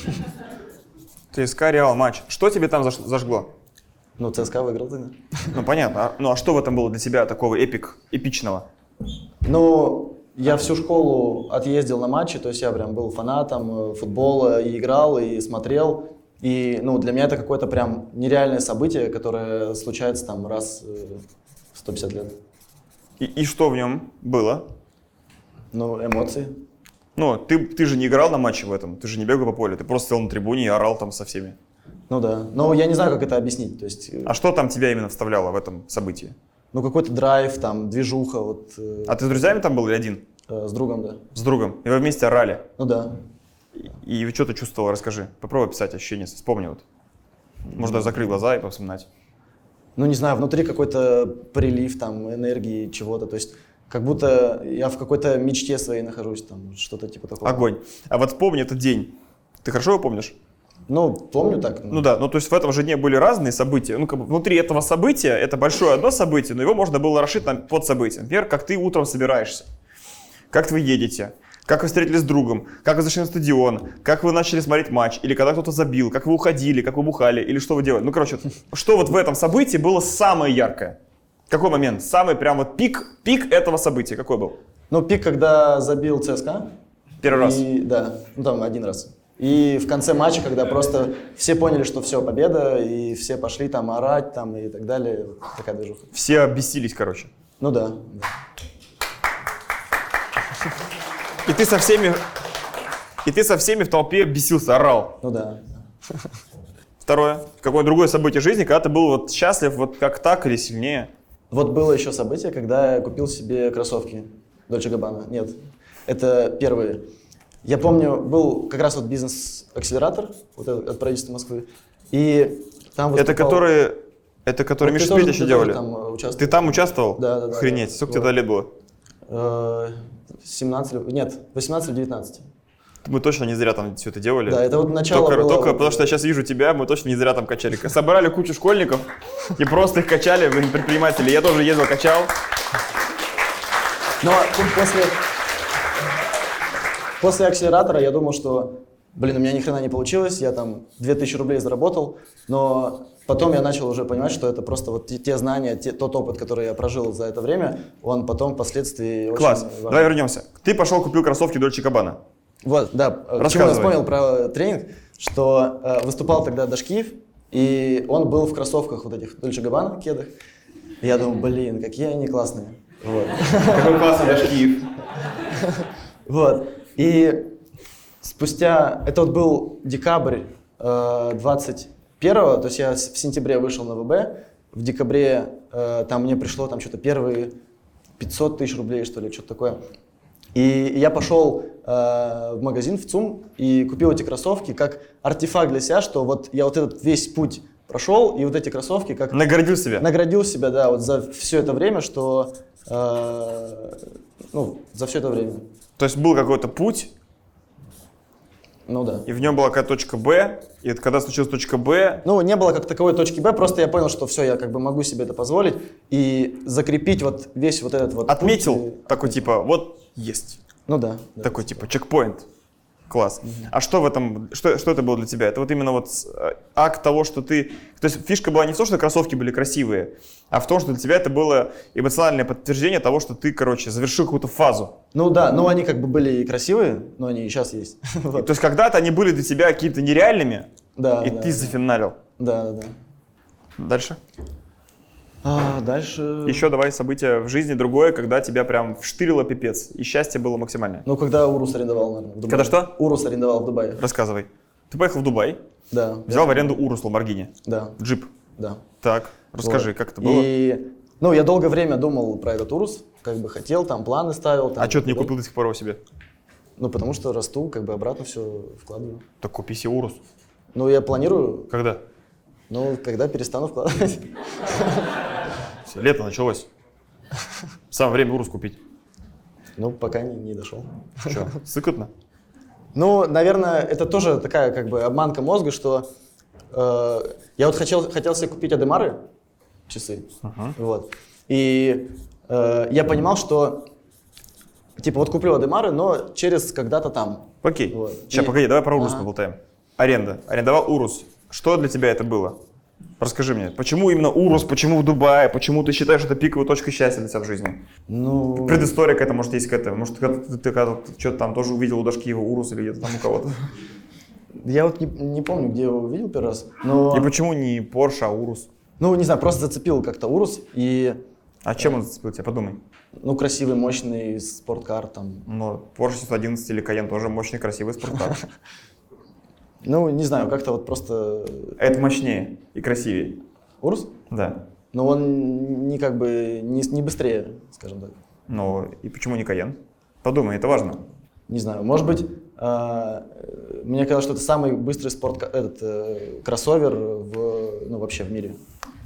ЦСКА Реал матч. Что тебе там зажгло? Ну, ЦСКА выиграл тогда. Ну, понятно. Ну, а что в этом было для тебя такого эпичного? Ну, я всю школу отъездил на матчи, то есть я прям был фанатом футбола, и играл, и смотрел. И, ну, для меня это какое-то прям нереальное событие, которое случается там раз в 150 лет. И что в нем было? Ну, эмоции. Ну, ты же не играл на матче в этом, ты же не бегал по полю, ты просто сидел на трибуне и орал там со всеми. Ну да, но я не знаю, как это объяснить. То есть, а что там тебя именно вставляло в этом событии? Ну, какой-то драйв, там, движуха. Вот, а ты с друзьями там был или один? С другом, да. С другом. И вы вместе орали? Ну да. И что ты чувствовал, расскажи. Попробуй описать ощущения, вспомни вот. Можно даже закрыть глаза и повспоминать. Ну, не знаю, внутри какой-то прилив там энергии, чего-то. То есть, как будто я в какой-то мечте своей нахожусь, там, что-то типа такого. Огонь. А вот вспомни этот день. Ты хорошо его помнишь? Ну, помню так. Ну да, ну то есть в этом же дне были разные события. Ну, как бы внутри этого события, это большое одно событие, но его можно было расшить на подсобытия. Например, как ты утром собираешься, как вы едете, как вы встретились с другом, как вы зашли на стадион, как вы начали смотреть матч, или когда кто-то забил, как вы уходили, как вы бухали, или что вы делали. Ну, короче, что вот в этом событии было самое яркое? Какой момент? Самый прям вот пик этого события какой был? Ну, пик, когда забил ЦСКА. Первый раз? Да, ну там один раз. И в конце матча, когда просто все поняли, что все, победа, и все пошли там орать там, и так далее. Вот такая движуха. Все оббесились, короче. Ну да. И ты со всеми в толпе бесился, орал. Ну да. Второе. Какое другое событие жизни, когда ты был вот счастлив, вот как так или сильнее? Вот было еще событие, когда я купил себе кроссовки Dolce Gabbana. Нет, это первые. Я помню, был как раз вот бизнес-акселератор вот от правительства Москвы, и там выступал... Это которые вот Миша еще делали? Ты там участвовал? Да. Охренеть. Сколько тебе лет было? 17, нет, 18 или 19. Мы точно не зря там все это делали. Да, это вот начало было... Только потому что я сейчас вижу тебя, мы точно не зря там качали. Собрали кучу школьников и просто их качали, предприниматели. Я тоже ездил, качал. Но после акселератора я думал, что, у меня ни хрена не получилось, я там 2000 рублей заработал, но потом я начал уже понимать, что это просто вот те знания, тот опыт, который я прожил за это время, он потом впоследствии Класс. очень... Давай вернемся. Ты пошел, купил кроссовки Dolce Gabbana. Вот, да. Почему я вспомнил про тренинг, что выступал тогда Дашкиев, и он был в кроссовках вот этих Dolce Gabbana, кедах. И я думал, какие они классные. Вот. Какой классный Дашкиев. Вот. И спустя, это вот был декабрь 21-го, то есть я в сентябре вышел на ВБ, в декабре там мне пришло там что-то первые 500 тысяч рублей, что ли, что-то такое. И я пошел в магазин, в ЦУМ, и купил эти кроссовки как артефакт для себя, что вот я вот этот весь путь прошел, и вот эти кроссовки как... Наградил себя? Наградил себя, да, вот за все это время, что... за все это время. То есть был какой-то путь, ну да. И в нем была какая-то точка Б, и когда случилась точка Б... Ну, не было как таковой точки Б, просто я понял, что все, я как бы могу себе это позволить, и закрепить вот весь вот этот вот отметил путь. Такой типа, вот есть. Ну да. Такой типа чекпоинт. Класс. А что в этом, что это было для тебя? Это вот именно вот акт того, что ты... То есть фишка была не в том, что кроссовки были красивые, а в том, что для тебя это было эмоциональное подтверждение того, что ты, завершил какую-то фазу. Ну да, ну они как бы были и красивые, но они и сейчас есть. То есть когда-то они были для тебя какими-то нереальными, да, и ты зафиналил. Да. Дальше? Дальше... Еще давай события в жизни другое, когда тебя прям вштырило пипец, и счастье было максимальное. Ну, когда Урус арендовал, наверное, в Дубае. Когда что? Урус арендовал в Дубае. Рассказывай. Ты поехал в Дубай, Да. взял в аренду Урус Ламборгини, Да, джип. да. Так, расскажи, Вот. как это было? И, ну, я долгое время думал про этот Урус, как бы хотел, там планы ставил. Там, А что ты не да. купил до сих пор его себе? Ну, потому что расту, как бы обратно все вкладываю. Так купи себе Урус. Ну, я планирую, Когда? ну, когда перестану вкладывать. Всё, лето началось. Самое время Урус купить. Ну, пока не дошел. Что, сыкотно? Ну, наверное, это тоже такая как бы обманка мозга, что я вот хотел себе купить Адемары, часы, вот, и я понимал, что типа вот куплю Адемары, но через когда-то там. Окей. Вот. Сейчас, И- погоди, давай про Урус Ага. поболтаем. Аренда. Арендовал Урус. Что для тебя это было? Расскажи мне, почему именно Урус, почему в Дубае, почему ты считаешь это пиковой точкой счастья для себя в жизни? Ну, Предыстория какая-то, может, есть какая-то. Может, ты когда-то что-то там тоже увидел у Дашкиева Урус или где-то там у кого-то. я вот не помню, где его увидел первый раз, но, И почему не Порше, а Урус? ну, не знаю, просто зацепил как-то Урус, и, А чем он зацепил тебя? Подумай. ну, красивый, мощный спорткар там. Но Porsche 711 или Cayenne тоже мощный, красивый спорткар. Ну, не знаю, как-то вот просто... Это мощнее и красивее. Урус? Да. Но он не как бы не быстрее, скажем так. Но и почему не Cayenne? Подумай, это важно. Не знаю, может быть, мне казалось, что это самый быстрый кроссовер вообще в мире.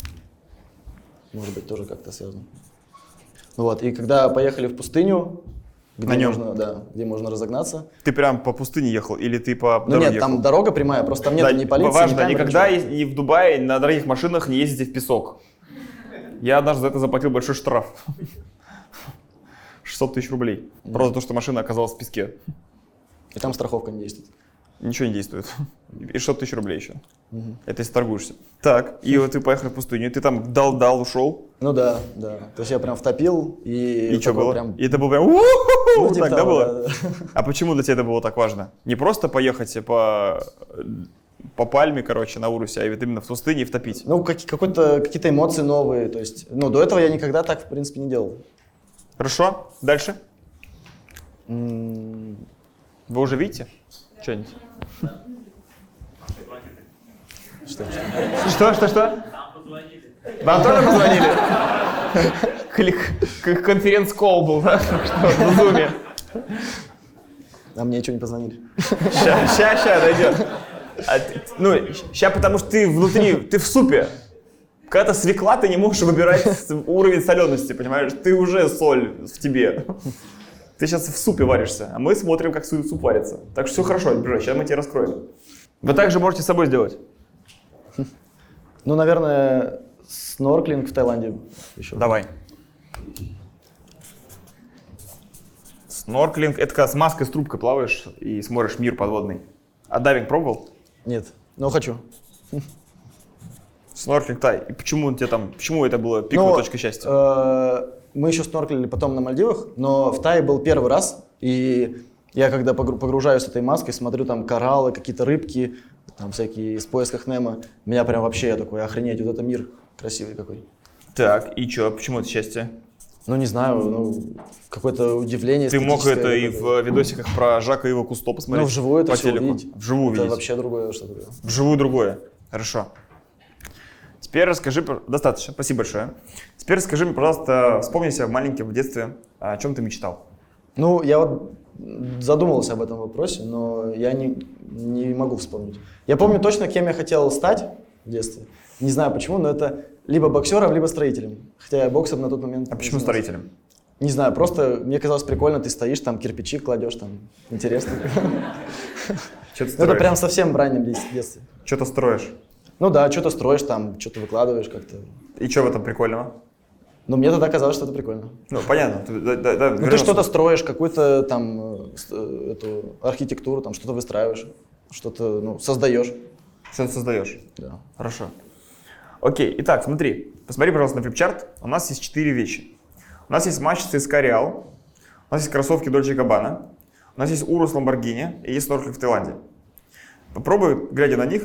Может быть, тоже как-то связано. Вот, и когда поехали в пустыню, где На нем? где можно разогнаться. Ты прям по пустыне ехал или ты по Ну дороге нет, ехал? там дорога прямая, просто там нет Да, ни полиции, ни важно, камер, никогда ничего. и в Дубае на дорогих машинах не ездите в песок. Я однажды за это заплатил большой штраф. 600 тысяч рублей. Просто за то, что машина оказалась в песке. И там страховка не действует. Ничего не действует. И 600 тысяч рублей еще. Это если торгуешься. Так, и вот ты поехал в пустыню, и ты там дал, ушел. Ну да. То есть я прям втопил и... И что такой было? Прям... И это было прям Ну, так, типа да, того, было? да. А почему для тебя это было так важно? Не просто поехать по пальме, короче, на Урусе, а вот именно в пустыне и втопить. Ну, какие-то эмоции новые, то есть, ну, до этого я никогда так, в принципе, не делал. Хорошо, дальше. М, Вы уже видите что-нибудь? Что? Вам тоже позвонили? Конференц-колл был, да? Что, в зуме? А мне что не позвонили? Ща, дойдет. Ну, ща, потому что ты внутри, ты в супе. Когда-то свекла, ты не можешь выбирать уровень солености, понимаешь? Ты уже соль в тебе. Ты сейчас в супе варишься, а мы смотрим, как суп варится. Так что все хорошо, бежать, сейчас мы тебе раскроем. Вы также можете с собой сделать. Ну, наверное, снорклинг в Таиланде еще. Давай. Снорклинг — это когда с маской, с трубкой плаваешь и смотришь мир подводный. А дайвинг пробовал? Нет, но хочу. Снорклинг, да. И почему он тебе там, почему это было пиковой точкой счастья? Мы еще снорклили потом на Мальдивах, но в Тае был первый раз, и я когда погружаюсь с этой маской, смотрю там кораллы, какие-то рыбки, там всякие из поисках Немо, меня прям вообще, я такой, охренеть, вот это мир красивый какой. Так, и что, почему это счастье? Ну, не знаю, ну, какое-то удивление. Ты мог это эстетическое и какое-то. в видосиках про Жака и его Кусто посмотреть? Ну, вживую это по все телеку. увидеть. Вживую Это увидеть. вообще другое что-то. Вживую другое. Хорошо. Теперь расскажи... Достаточно, спасибо большое. Теперь расскажи мне, пожалуйста, вспомни себя маленьким в детстве, о чем ты мечтал. Ну, я вот задумывался об этом вопросе, но я не могу вспомнить. Я помню точно, кем я хотел стать в детстве. Не знаю почему, но это либо боксером, либо строителем. Хотя я боксом на тот момент... А не почему занимался. строителем? Не знаю, просто мне казалось прикольно, ты стоишь, там кирпичи кладешь, там интересно. Что ты Это строишь? прям совсем в раннем детстве. Что ты строишь? Ну да, что-то строишь там, что-то выкладываешь как-то. И что в этом прикольного? Но мне тогда казалось, что это прикольно. Ну, понятно. Ну ты что-то строишь, какую-то там эту архитектуру, там что-то выстраиваешь, что-то ну, создаешь. Что ты создаешь? Да. Хорошо. Окей, итак, смотри. Посмотри, пожалуйста, на флипчарт. У нас есть 4 вещи. У нас есть матч ЦСКА Реал, у нас есть кроссовки Дольче Габбана, у нас есть Урус Ламборгини и есть снорклинг в Таиланде. Попробуй, глядя на них,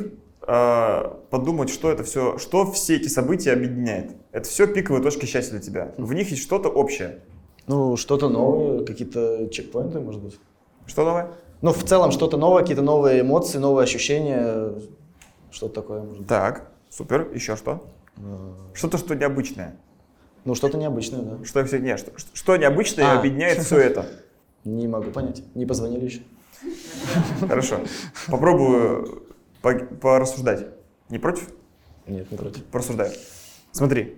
подумать, что это все, что все эти события объединяет. Это все пиковые точки счастья для тебя. В них есть что-то общее. Ну, что-то новое, какие-то чекпоинты, может быть. Что новое? Ну, в целом, что-то новое, какие-то новые эмоции, новые ощущения. Что-то такое, может быть. Так, супер. Еще что? Что-то, что необычное. Ну, что-то необычное, да. Что необычное объединяет все это? Не могу понять. Не позвонили еще. Хорошо. Попробую порассуждать. Не против? Нет, не против. Порассуждаю. Смотри.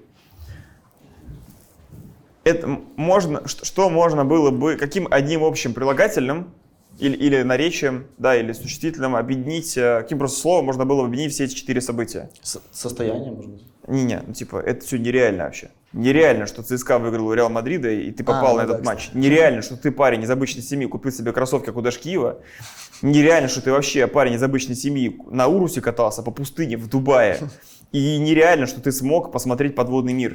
Что можно было бы, каким одним общим прилагательным или наречием, да, или существительным объединить, каким просто словом можно было объединить все эти 4 события? Состояние, может быть? Не, ну типа, это все нереально вообще. Нереально, что ЦСКА выиграл у Реал Мадрида, и ты попал на этот матч. Нереально, что ты, парень из обычной семьи, купил себе кроссовки, как у Дашкиева. Нереально, что ты вообще, парень из обычной семьи, на Урусе катался по пустыне в Дубае. И нереально, что ты смог посмотреть подводный мир.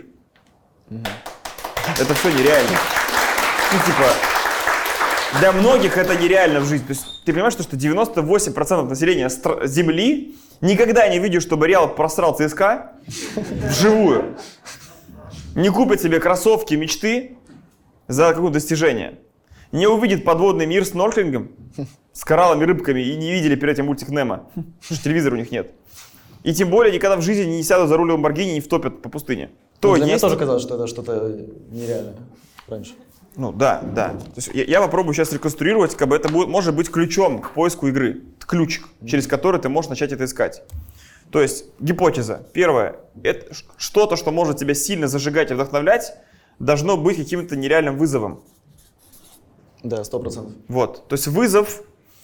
Это все нереально. Ну, типа, для многих это нереально в жизни. То есть ты понимаешь, что 98% населения Земли никогда не видишь, чтобы Реал просрал ЦСКА вживую. Не купит себе кроссовки мечты за какое-то достижение. Не увидит подводный мир с норклингом, с кораллами, рыбками и не видели перед этим мультик Немо. Потому что телевизора у них нет. И тем более никогда в жизни не сядут за руль Ламборгини и не втопят по пустыне. Для меня тоже казалось, что это что-то нереальное раньше. Ну да. То есть я попробую сейчас реконструировать, как бы это может быть ключом к поиску игры. Ключик, через который ты можешь начать это искать. То есть гипотеза. Первое. Это что-то, что может тебя сильно зажигать и вдохновлять, должно быть каким-то нереальным вызовом. Да, 100%. Вот. То есть вызов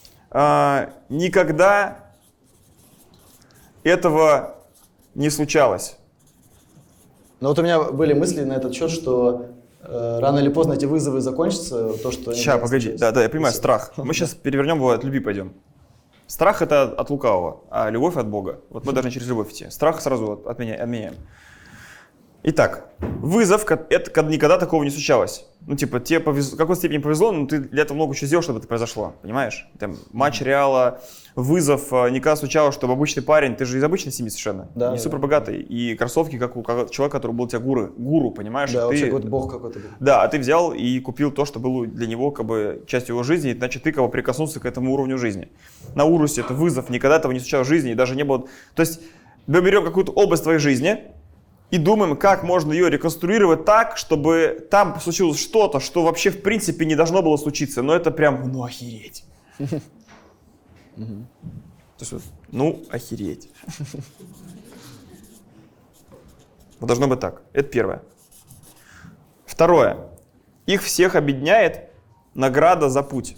никогда этого не случалось. Но вот у меня были мысли на этот счет, что рано или поздно эти вызовы закончатся. То, что сейчас, погоди. Да, я понимаю, страх. Мы сейчас перевернем его, от любви пойдем. Страх — это от лукавого, а любовь — от Бога. Вот мы должны через любовь идти. Страх сразу отменяем. Итак, вызов — это никогда такого не случалось. Ну, типа, тебе в какой степени повезло, но ты для этого много чего сделал, чтобы это произошло. Понимаешь? Там, матч Реала, вызов, никогда случалось, чтобы обычный парень, ты же из обычной семьи совершенно, не супербогатый, и кроссовки, как у человека, который был у тебя гуру, понимаешь? Да, вообще какой-то бог какой-то был. Да, а ты взял и купил то, что было для него как бы частью его жизни, значит, ты как бы прикоснулся к этому уровню жизни. На Урусе это вызов, никогда этого не случалось в жизни, и даже не было... То есть мы берем какую-то область твоей жизни и думаем, как можно ее реконструировать так, чтобы там случилось что-то, что вообще в принципе не должно было случиться, но это прям, ну, охереть. То есть, ну, охереть. Вот должно быть так. Это первое. Второе. Их всех объединяет награда за путь.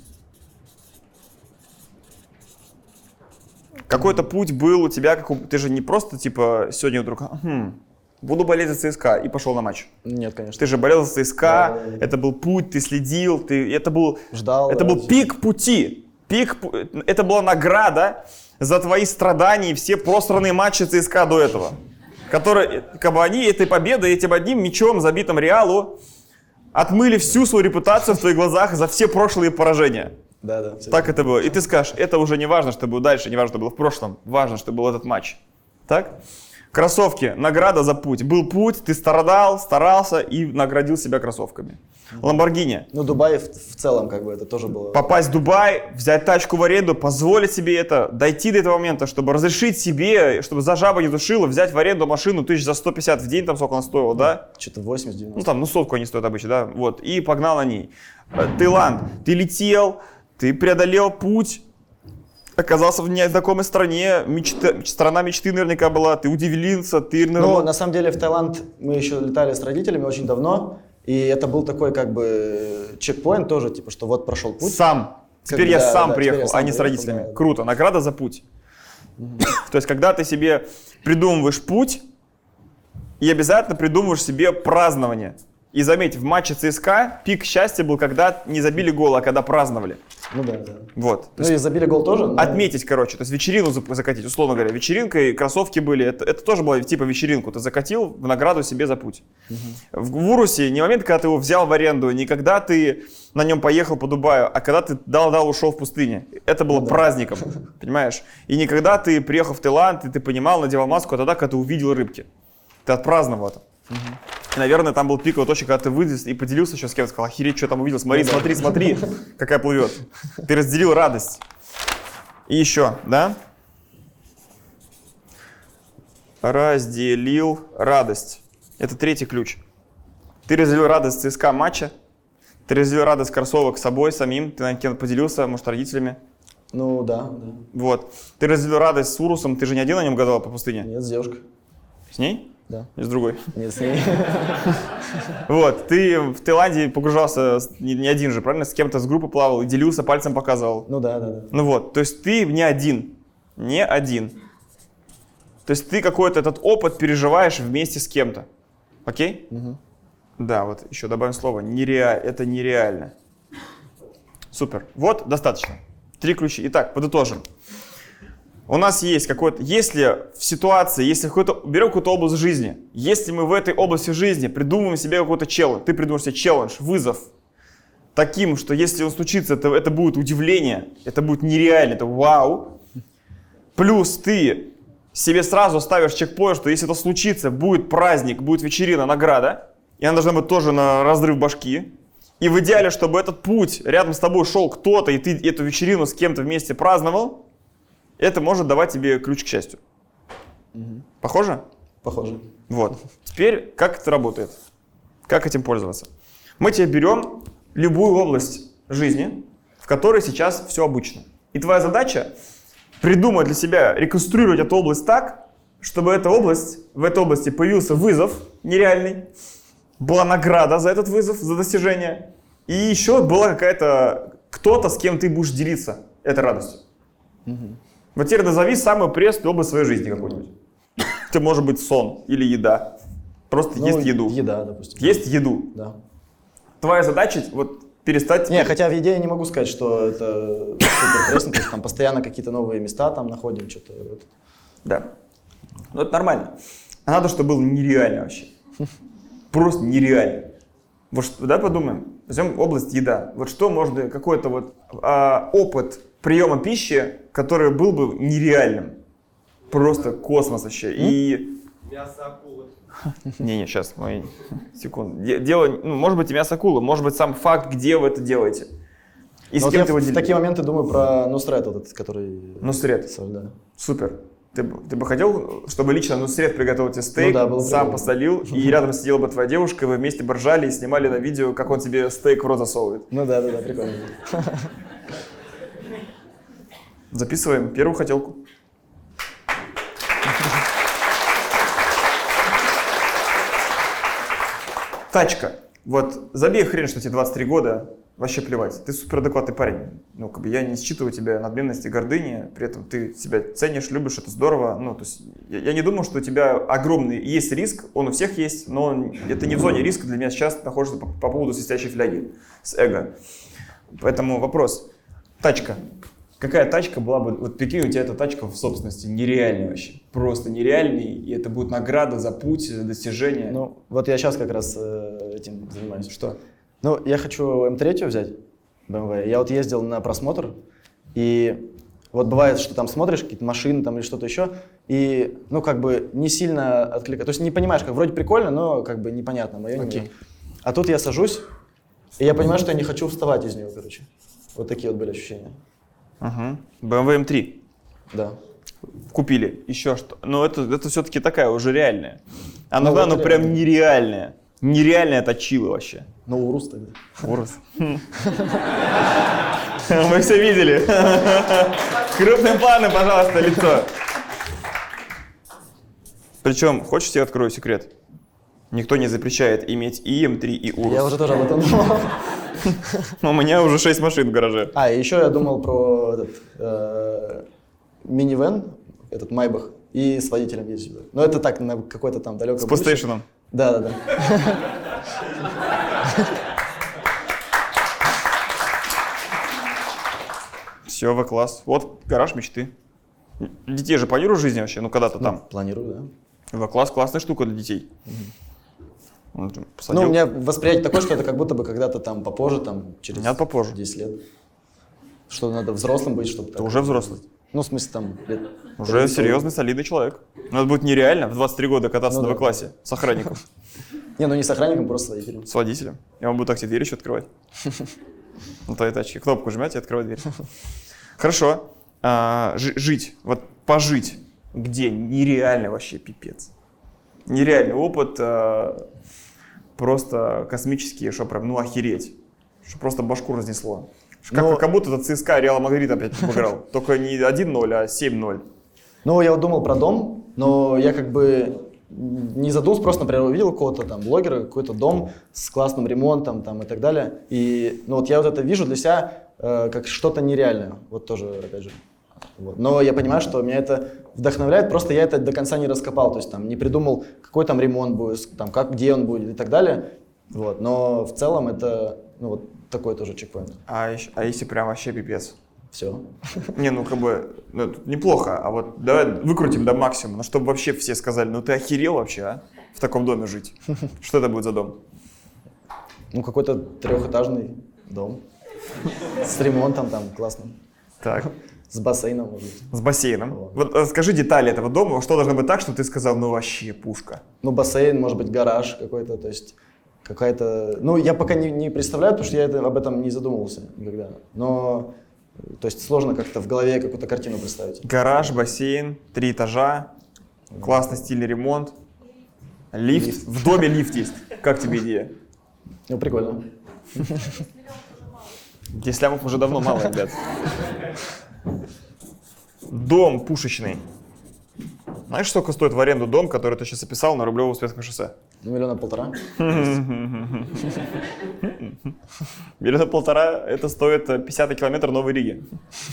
Какой-то путь был у тебя, ты же не просто типа сегодня вдруг буду болеть за ЦСКА и пошел на матч. Нет, конечно. Ты же болел за ЦСКА, это был путь, ты следил, это был пик пути. Это была награда за твои страдания и все просранные матчи ЦСКА до этого. Которые, как бы они этой победой, этим одним мячом, забитым Реалу, отмыли всю свою репутацию в твоих глазах за все прошлые поражения. Да. Так это было. И ты скажешь, это уже не важно, что было дальше, не важно, что было в прошлом, важно, что был этот матч. Так? Кроссовки, награда за путь. Был путь, ты страдал, старался и наградил себя кроссовками. Ламборгини. Ну, Дубай в целом, как бы, это тоже было... Попасть в Дубай, взять тачку в аренду, позволить себе это, дойти до этого момента, чтобы разрешить себе, чтобы за жаба не душила, взять в аренду машину 1150 в день, там сколько она стоила, да? Что-то 80-90. Ну, там, сотку они стоят обычно, да? Вот, и погнал на ней. Таиланд. Ты летел, ты преодолел путь, оказался в незнакомой стране, страна мечты наверняка была, ты удивился, ты... Ну, на самом деле, в Таиланд мы еще летали с родителями очень давно, и это был такой, как бы, чекпоинт тоже, типа, что вот прошел путь. Сам. Теперь я сам приехал, а не с родителями. Да. Круто, награда за путь. То есть, когда ты себе придумываешь путь, и обязательно придумываешь себе празднование. И заметь, в матче ЦСКА пик счастья был, когда не забили гол, а когда праздновали. Ну да, да. Вот. Ну и забили гол тоже. Но... Отметить, короче, то есть вечерину закатить, условно говоря. Вечеринка и кроссовки были, это тоже было типа вечеринку. Ты закатил в награду себе за путь. В Урусе не момент, когда ты его взял в аренду, не когда ты на нем поехал по Дубаю, а когда ты дал ушел в пустыне. Это было праздником, понимаешь? И не когда ты приехал в Таиланд, и ты понимал, надевал маску, а тогда, когда ты увидел рыбки. Ты отпраздновал это. И, наверное, там был пиковый точка, когда ты вылез и поделился еще с кем-то, сказал, охереть, что там увидел, смотри, какая плывет. Ты разделил радость. И еще, да? Разделил радость. Это третий ключ. Ты разделил радость ЦСКА матча, ты разделил радость кроссовок с собой, самим, ты на кем-то поделился, может, родителями. Ну да. Вот. Ты разделил радость с Урусом, ты же не один на нем гадал по пустыне? Нет, с девушкой. С ней? Да. И с другой? Нет, с ней. Вот, ты в Таиланде погружался не один же, правильно? С кем-то с группы плавал и делился, пальцем показывал. Ну да. Ну вот, то есть ты не один. Не один. То есть ты какой-то этот опыт переживаешь вместе с кем-то. Окей? Угу. Да, вот еще добавим слово. Это нереально. Супер. Вот, достаточно. 3 ключа. Итак, подытожим. У нас есть какой-то, если в ситуации, если берем какую-то область жизни, если мы в этой области жизни придумываем себе какой-то челлендж, ты придумаешь себе челлендж, вызов, таким, что если он случится, это будет удивление, это будет нереально, это вау. Плюс ты себе сразу ставишь чекпоинт, что если это случится, будет праздник, будет вечерина, награда, и она должна быть тоже на разрыв башки. И в идеале, чтобы этот путь рядом с тобой шел кто-то, и ты эту вечерину с кем-то вместе праздновал, это может давать тебе ключ к счастью. Похоже? Похоже. Вот. Теперь, как это работает? Как этим пользоваться? Мы тебе берем любую область жизни, в которой сейчас все обычно. И твоя задача придумать для себя, реконструировать эту область так, чтобы в этой области появился вызов нереальный, была награда за этот вызов, за достижение, и еще была какая-то кто-то, с кем ты будешь делиться этой радостью. Вот теперь назови самую пресную область своей жизни какую-нибудь. Это может быть сон или еда. Просто есть еду. Еда, допустим. Есть еду. Да. Твоя задача вот перестать... Не, хотя в еде я не могу сказать, что это супер пресно, то есть там постоянно какие-то новые места там находим, что-то. Да. Ну это нормально. А надо, чтобы было нереально вообще. Просто нереально. Вот давай подумаем. Возьмем область еда. Вот что можно, какой-то вот опыт приема пищи, который был бы нереальным. Просто космос вообще. И... Мясо акулы. Не, сейчас, секунду. Может быть и мясо акулы, может быть сам факт, где вы это делаете. И с кем ты его делаете. В такие моменты думаю про Нусрет, вот этот, который... Нусрет. Да. Супер. Ты бы хотел, чтобы лично Нусрет приготовил тебе стейк, Ну да, сам посолил, и рядом сидела бы твоя девушка, и вы вместе бы ржали и снимали на видео, как он тебе стейк в рот засовывает. Ну да, прикольно. Записываем первую хотелку. Тачка. Вот забей хрен, что тебе 23 года, вообще плевать. Ты суперадекватный парень. Ну, как бы я не считываю тебя надменности, гордыни, при этом ты себя ценишь, любишь, это здорово. Ну, то есть я не думаю, что у тебя огромный есть риск, он у всех есть, но это не в зоне риска для меня сейчас находится по поводу свистящей фляги с эго. Поэтому вопрос. Тачка. Какая тачка была бы, вот прикинь, у тебя эта тачка в собственности нереальная вообще, просто нереальный, и это будет награда за путь, за достижение. Ну, вот я сейчас как раз этим занимаюсь. Что? Ну, я хочу М3 взять, BMW. Я вот ездил на просмотр, и вот бывает, что там смотришь какие-то машины там или что-то еще, и, ну, как бы не сильно откликается. То есть не понимаешь, как вроде прикольно, но как бы непонятно, мое не мое. А тут я сажусь, и я понимаю, что я не хочу вставать из него, короче. Вот такие вот были ощущения. Угу. BMW M3. Да. Купили. Еще что? Но это все-таки такая уже реальная. Она, Ну, да, вот ну прям реально. нереальная. Нереальная точила вообще. Ну, Урус тогда. Урус. Мы все видели. Крупным планом, пожалуйста, лицо. Причем, хочешь, я открою секрет? Никто не запрещает иметь и М3, и Урус. Я уже тоже об этом думал. Но у меня уже 6 машин в гараже. А, и еще я думал про этот минивэн, этот Майбах, и с водителем ездить. Но это так, на какой-то там далекой С PlayStation. Да. Все, В-класс. Вот гараж мечты. Детей же планируешь в жизни вообще? Ну, когда-то там. Планирую, да. В-класс классная штука для детей. Ну, у меня восприятие такое, что это как будто бы когда-то там попозже, там, через Нет, попозже. 10 лет. Что надо взрослым быть, чтобы... Ты уже взрослый. Ну, в смысле, там... Лет Уже 30. серьезный, солидный человек. Но это будет нереально в 23 года кататься Ну на да. В-классе с охранником. Не, ну не с охранником, просто с водителем. С водителем. И он будет так тебе дверь еще открывать. На твоей тачке. Кнопку жмете и открывать дверь. Хорошо. Жить. Вот пожить. Где? Нереально вообще пипец. Нереальный опыт. Просто космический, что прям, ну охереть. Что просто башку разнесло. Как будто этот ЦСКА Реал Мадрид опять обыграл. Только не 1-0, а 7-0. Ну, я вот думал про дом, но я как бы не задумался, просто, например, увидел какого-то там блогера, какой-то дом с классным ремонтом там и так далее. И ну, вот я вот это вижу для себя как что-то нереальное. Вот тоже, опять же. Вот. Но я понимаю, что меня это вдохновляет, просто я это до конца не раскопал, то есть там не придумал, какой там ремонт будет, там, где он будет и так далее. Вот. Но в целом это ну, вот такой тоже чекпоинт. А если прям вообще пипец? Все. Не, ну как бы, ну, это неплохо, а вот давай выкрутим до максимума, ну чтобы вообще все сказали, ну ты охерел вообще, а? В таком доме жить. Что это будет за дом? Ну какой-то 3-этажный дом с ремонтом там классным. Так. С бассейном, может быть. С бассейном. Вот расскажи детали этого дома, что должно быть так, что ты сказал, ну вообще пушка. Ну бассейн, может быть гараж какой-то, то есть какая-то... Ну я пока не представляю, потому что я об этом не задумывался никогда. Но, то есть сложно как-то в голове какую-то картину представить. Гараж, бассейн, 3 этажа, классный стильный ремонт, лифт. В доме лифт есть. Как тебе идея? Ну прикольно. 10 лямов уже давно мало, ребят. Дом пушечный. Знаешь, сколько стоит в аренду дом, который ты сейчас описал на Рублево-Успенском шоссе? Ну, 1,5 миллиона. 1,5 это стоит 50 километр Новой Риги.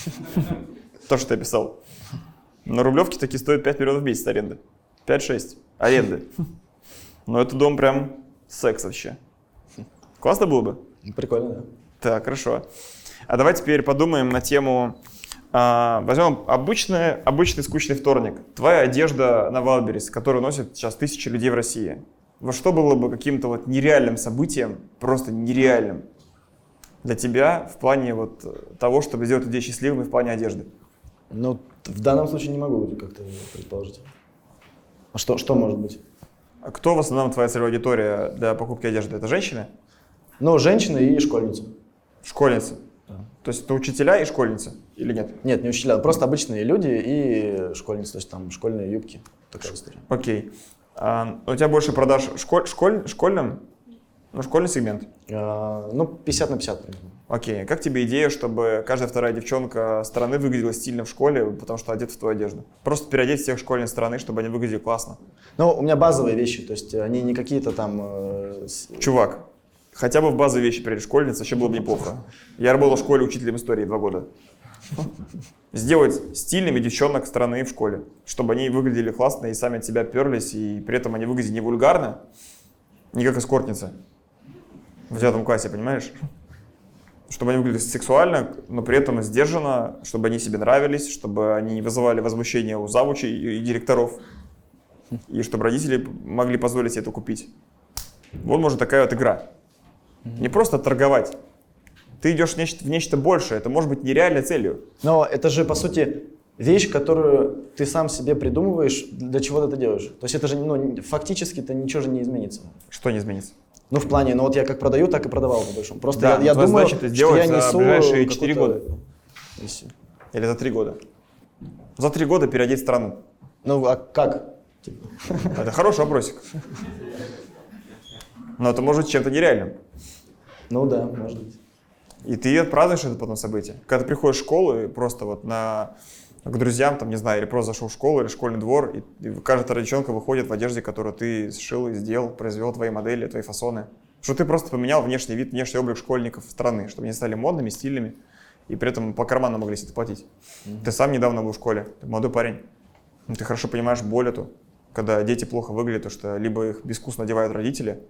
То, что ты описал. На Рублевке такие стоят 5 миллионов в месяц аренды. 5-6 аренды. Но это дом прям секс вообще. Классно было бы? Прикольно, да. Так, хорошо. А давай теперь подумаем на тему... возьмем обычный скучный вторник. Твоя одежда на Вайлдберрис, которую носят сейчас тысячи людей в России. Во что было бы каким-то вот нереальным событием, просто нереальным для тебя в плане вот того, чтобы сделать людей счастливыми в плане одежды? Ну, в данном случае не могу как-то предположить. А что может быть? А кто в основном твоя целевая аудитория для покупки одежды? Это женщины? Ну, женщины и школьницы. Школьницы? Да. То есть это учителя и школьницы или нет? Нет, не учителя, просто обычные люди и школьницы, то есть там школьные юбки. Такая история. Окей. У тебя больше продаж школьным? Ну, школьный сегмент? Ну, 50 на 50 примерно. Окей. Как тебе идея, чтобы каждая вторая девчонка страны выглядела стильно в школе, потому что одета в твою одежду? Просто переодеть всех школьной страны, чтобы они выглядели классно. Ну, у меня базовые вещи, то есть они не какие-то там... Чувак, хотя бы в базовые вещи перед школьницей вообще было бы неплохо. Я работал в школе учителем истории 2 года. Сделать стильными девчонок страны в школе, чтобы они выглядели классно и сами от себя перлись, и при этом они выглядели не вульгарно, не как эскортницы в 9 классе, понимаешь? Чтобы они выглядели сексуально, но при этом сдержанно, чтобы они себе нравились, чтобы они не вызывали возмущения у завучей и директоров, и чтобы родители могли позволить себе это купить. Вот может такая вот игра. Не просто торговать. Ты идешь в нечто большее, это может быть нереальной целью. Но это же, по сути, вещь, которую ты сам себе придумываешь, для чего ты это делаешь. То есть это же, ну, фактически-то ничего же не изменится. Что не изменится? Ну, в плане, ну вот я как продаю, так и продавал, по большому. Просто Да, я думаю, задача что я за несу ближайшие 4 года. миссию. Или за 3 года. За 3 года переодеть страну. Ну, а как? Это хороший вопросик. Но это может быть чем-то нереальным. Ну да, может быть. И ты отпразднуешь это потом событие. Когда ты приходишь в школу и просто вот к друзьям, там, не знаю, или просто зашел в школу или школьный двор, и каждая вторая девчонка выходит в одежде, которую ты сшил и сделал, произвел твои модели, твои фасоны. Что ты просто поменял внешний вид, внешний облик школьников страны, чтобы они стали модными, стильными, и при этом по карману могли себе это платить. Ты сам недавно был в школе, ты молодой парень. Ты хорошо понимаешь боль эту, когда дети плохо выглядят, потому что либо их безвкусно одевают родители,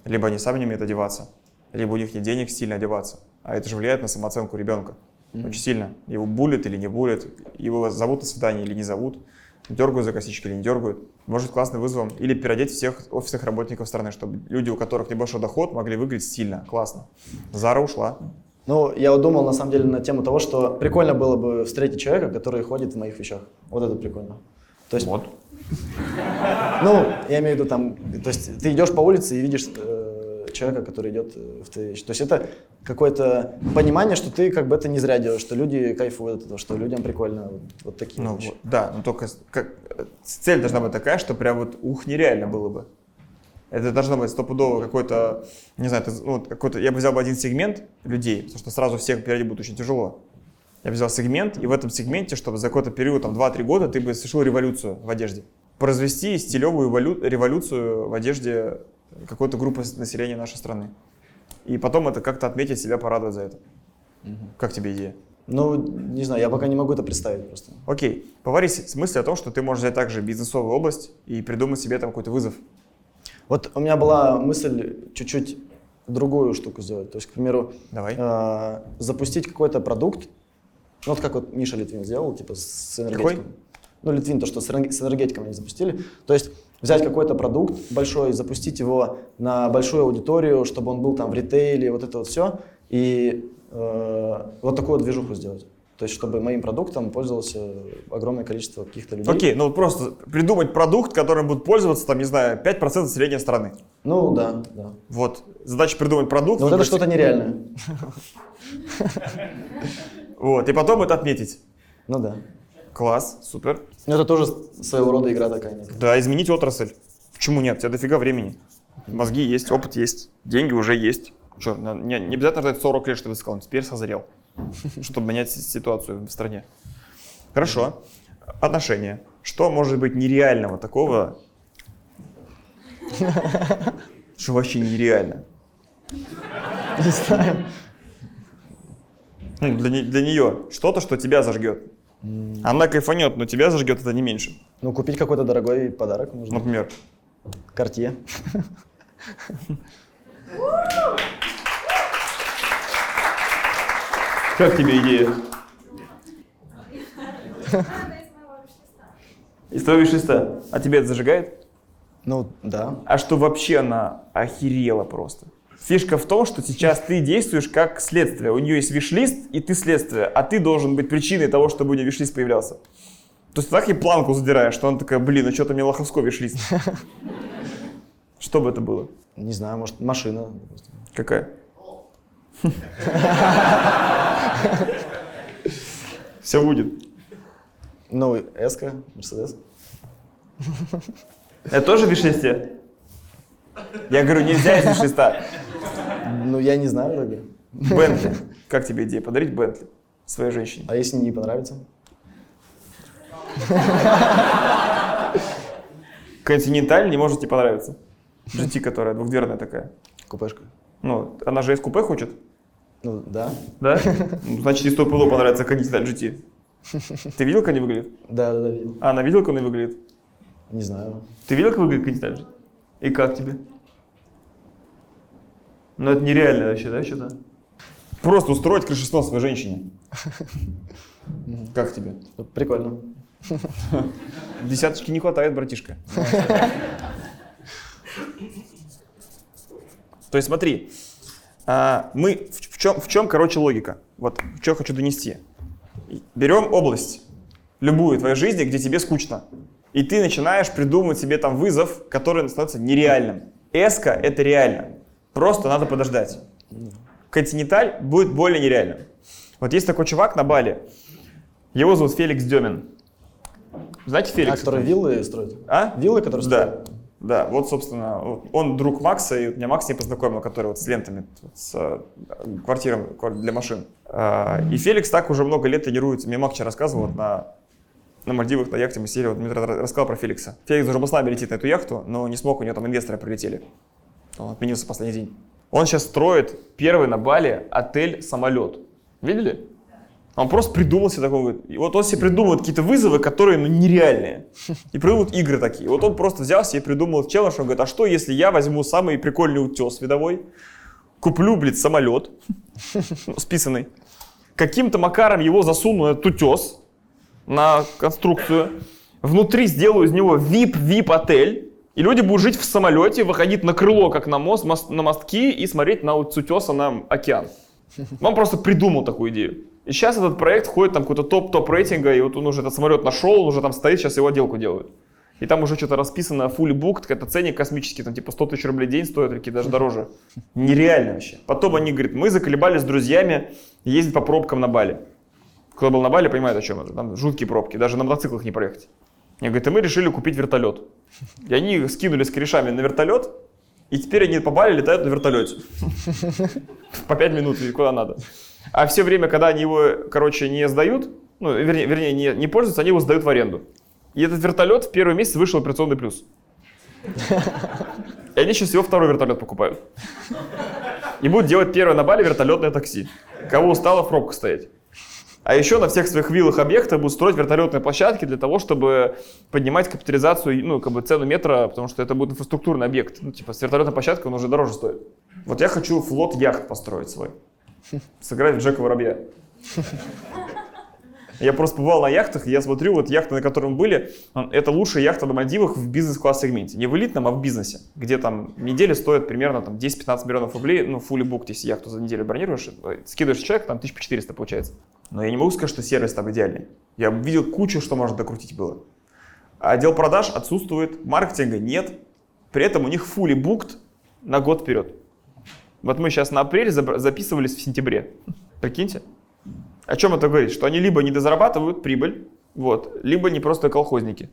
Либо они сами не умеют одеваться, либо у них нет денег стильно одеваться. А это же влияет на самооценку ребенка. Очень сильно. Его булят или не булят, его зовут на свидание или не зовут, дергают за косички или не дергают. Может быть классным вызовом. Или переодеть всех офисных работников страны, чтобы люди, у которых небольшой доход, могли выглядеть стильно, классно. Зара ушла. Ну, я вот думал, на самом деле, на тему того, что прикольно было бы встретить человека, который ходит в моих вещах. Вот это прикольно. То есть, Вот. ну, я имею в виду там, то есть ты идешь по улице и видишь человека, который идет в твои вещи. То есть это какое-то понимание, что ты как бы это не зря делаешь, что люди кайфуют от этого, что людям прикольно вот такие Ну, вещи. вот, да, но только цель должна быть такая, что прям вот нереально было бы. Это должно быть стопудово какой-то, не знаю, какой-то, я бы взял бы один сегмент людей, потому что сразу всех перейти будет очень тяжело. Я бы взял сегмент, и в этом сегменте, чтобы за какой-то период, там, 2-3 года, ты бы совершил революцию в одежде. Произвести стилевую революцию в одежде какой-то группы населения нашей страны. И потом это как-то отметить себя, порадовать за это. Как тебе идея? Ну, не знаю, я пока не могу это представить просто. Окей, поварись с мыслью о том, что ты можешь взять также бизнесовую область и придумать себе там какой-то вызов. Вот у меня была мысль чуть-чуть другую штуку сделать. То есть, к примеру, Давай. Запустить какой-то продукт, ну вот как вот Миша Литвин сделал, типа с энергетиком. Какой? Ну, Литвин, то, что с энергетиком они запустили. То есть взять какой-то продукт большой, запустить его на большую аудиторию, чтобы он был там в ритейле, вот это вот все, и вот такую вот движуху сделать. То есть, чтобы моим продуктом пользовалось огромное количество каких-то людей. Окей, ну просто придумать продукт, которым будут пользоваться, там, не знаю, 5% населения страны. Ну, да, да. Вот, задача придумать продукт. Но вот это что-то нереальное. Вот, и потом это отметить. Ну да. Класс, супер. Ну это тоже своего рода игра такая некая. Да, изменить отрасль. Почему нет? У тебя дофига времени. Мозги есть, опыт есть, деньги уже есть. Что, не обязательно ждать 40 лет, чтобы ты сказал, теперь созрел, чтобы менять ситуацию в стране. Хорошо. Отношения. Что может быть нереального такого, что вообще нереально? Не знаю. Ну, для нее что-то, что тебя зажгет. Она кайфанет, но тебя зажгет это не меньше. Ну купить какой-то дорогой подарок можно. Например. Cartier. Как тебе идея? Из твоего виш-листа. А тебя это зажигает? Ну да. А что вообще она охерела просто. Фишка в том, что сейчас ты действуешь как следствие. У нее есть виш-лист, и ты следствие. А ты должен быть причиной того, чтобы у нее виш-лист появлялся. То есть ты так ей планку задираешь, что она такая, блин, ну что-то мне лоховской виш-лист. Что бы это было? Не знаю, может машина. Допустим. Какая? Все будет. Ну, Эска, Мерседес. Это тоже в виш-листе? Я говорю, нельзя из виш-листа. Ну, я не знаю вроде. Бентли. Как тебе идея подарить Бентли своей женщине? А если не понравится? Континенталь не может тебе понравиться. GT, которая двухдверная такая. Купешка. Ну, она же из купе хочет. Ну, да. Да? Ну, значит, и стопудово понравится Континенталь GT. Ты видел, как они выглядят? Да, видел. А она видела, как она выглядит? Не знаю. Ты видел, как выглядит Континенталь GT? И как тебе? Ну, это нереально вообще, да, что-то? Просто устроить крышеснос своей женщине. Как тебе? Прикольно. Десяточки не хватает, братишка. То есть смотри, мы в чем, короче, логика? Вот, что я хочу донести. Берем область, любую твоей жизни, где тебе скучно. И ты начинаешь придумывать себе там вызов, который становится нереальным. Эска — это реально. Просто надо подождать. Континенталь будет более нереальным. Вот есть такой чувак на Бали. Его зовут Феликс Демин. Знаете Феликс? Который виллы строит? А? Виллы, которые строят? Да, вот, собственно, он друг Макса, и меня Макс не познакомил, который вот с лентами, с квартирами для машин. И Феликс так уже много лет тренируется. Мне Макс рассказывал вот на Мальдивах, на яхте мы сели, вот Дмитрий рассказал про Феликса. Феликс уже был с нами лететь на эту яхту, но не смог, у него там инвесторы прилетели. Он отменился в последний день. Он сейчас строит первый на Бали отель-самолет. Видели? Он просто придумал себе такое. И вот он себе придумывает какие-то вызовы, которые нереальные. И придумывают игры такие. Вот он просто взял себе и придумал челлендж. Он говорит, а что, если я возьму самый прикольный утес видовой, куплю, самолет, списанный, каким-то макаром его засуну на этот утес, на конструкцию, внутри сделаю из него VIP-отель, и люди будут жить в самолете, выходить на крыло, как на мост, на мостки, и смотреть с утеса на океан. Он просто придумал такую идею. И сейчас этот проект входит там какой-то топ рейтинга, и вот он уже этот самолет нашел, он уже там стоит, сейчас его отделку делают. И там уже что-то расписано, fully booked, это ценник космический, там типа 100 тысяч рублей в день стоит, или даже дороже. Нереально вообще. Потом они говорят, мы заколебались с друзьями ездить по пробкам на Бали. Кто был на Бали, понимает, о чем это. Там жуткие пробки, даже на мотоциклах не проехать. Они говорят, и мы решили купить вертолет. И они скинулись корешами на вертолет, и теперь они по Бали летают на вертолете. По 5 минут, куда надо. А все время, когда они его, не сдают, вернее, не пользуются, они его сдают в аренду. И этот вертолет в первый месяц вышел в операционный плюс. И они сейчас всего второй вертолет покупают. И будут делать первое на Бали вертолетное такси. Кого устало в пробках стоять. А еще на всех своих виллах объектах будут строить вертолетные площадки для того, чтобы поднимать капитализацию, цену метра, потому что это будет инфраструктурный объект. С вертолетной площадкой он уже дороже стоит. Вот я хочу флот яхт построить свой. Сыграть в Джека Воробья. Я просто побывал на яхтах, и я смотрю, вот яхты, на которых мы были, это лучшая яхта на Мальдивах в бизнес-класс сегменте. Не в элитном, а в бизнесе, где там неделя стоит примерно 10-15 миллионов рублей, fully booked, если яхту за неделю бронируешь, скидываешь человек, там 1400 получается. Но я не могу сказать, что сервис там идеальный. Я видел кучу, что можно докрутить было. А отдел продаж отсутствует, маркетинга нет, при этом у них fully booked на год вперед. Вот мы сейчас на апреле записывались в сентябре. Прикиньте. О чем это говорит? Что они либо недозарабатывают прибыль, либо не просто колхозники.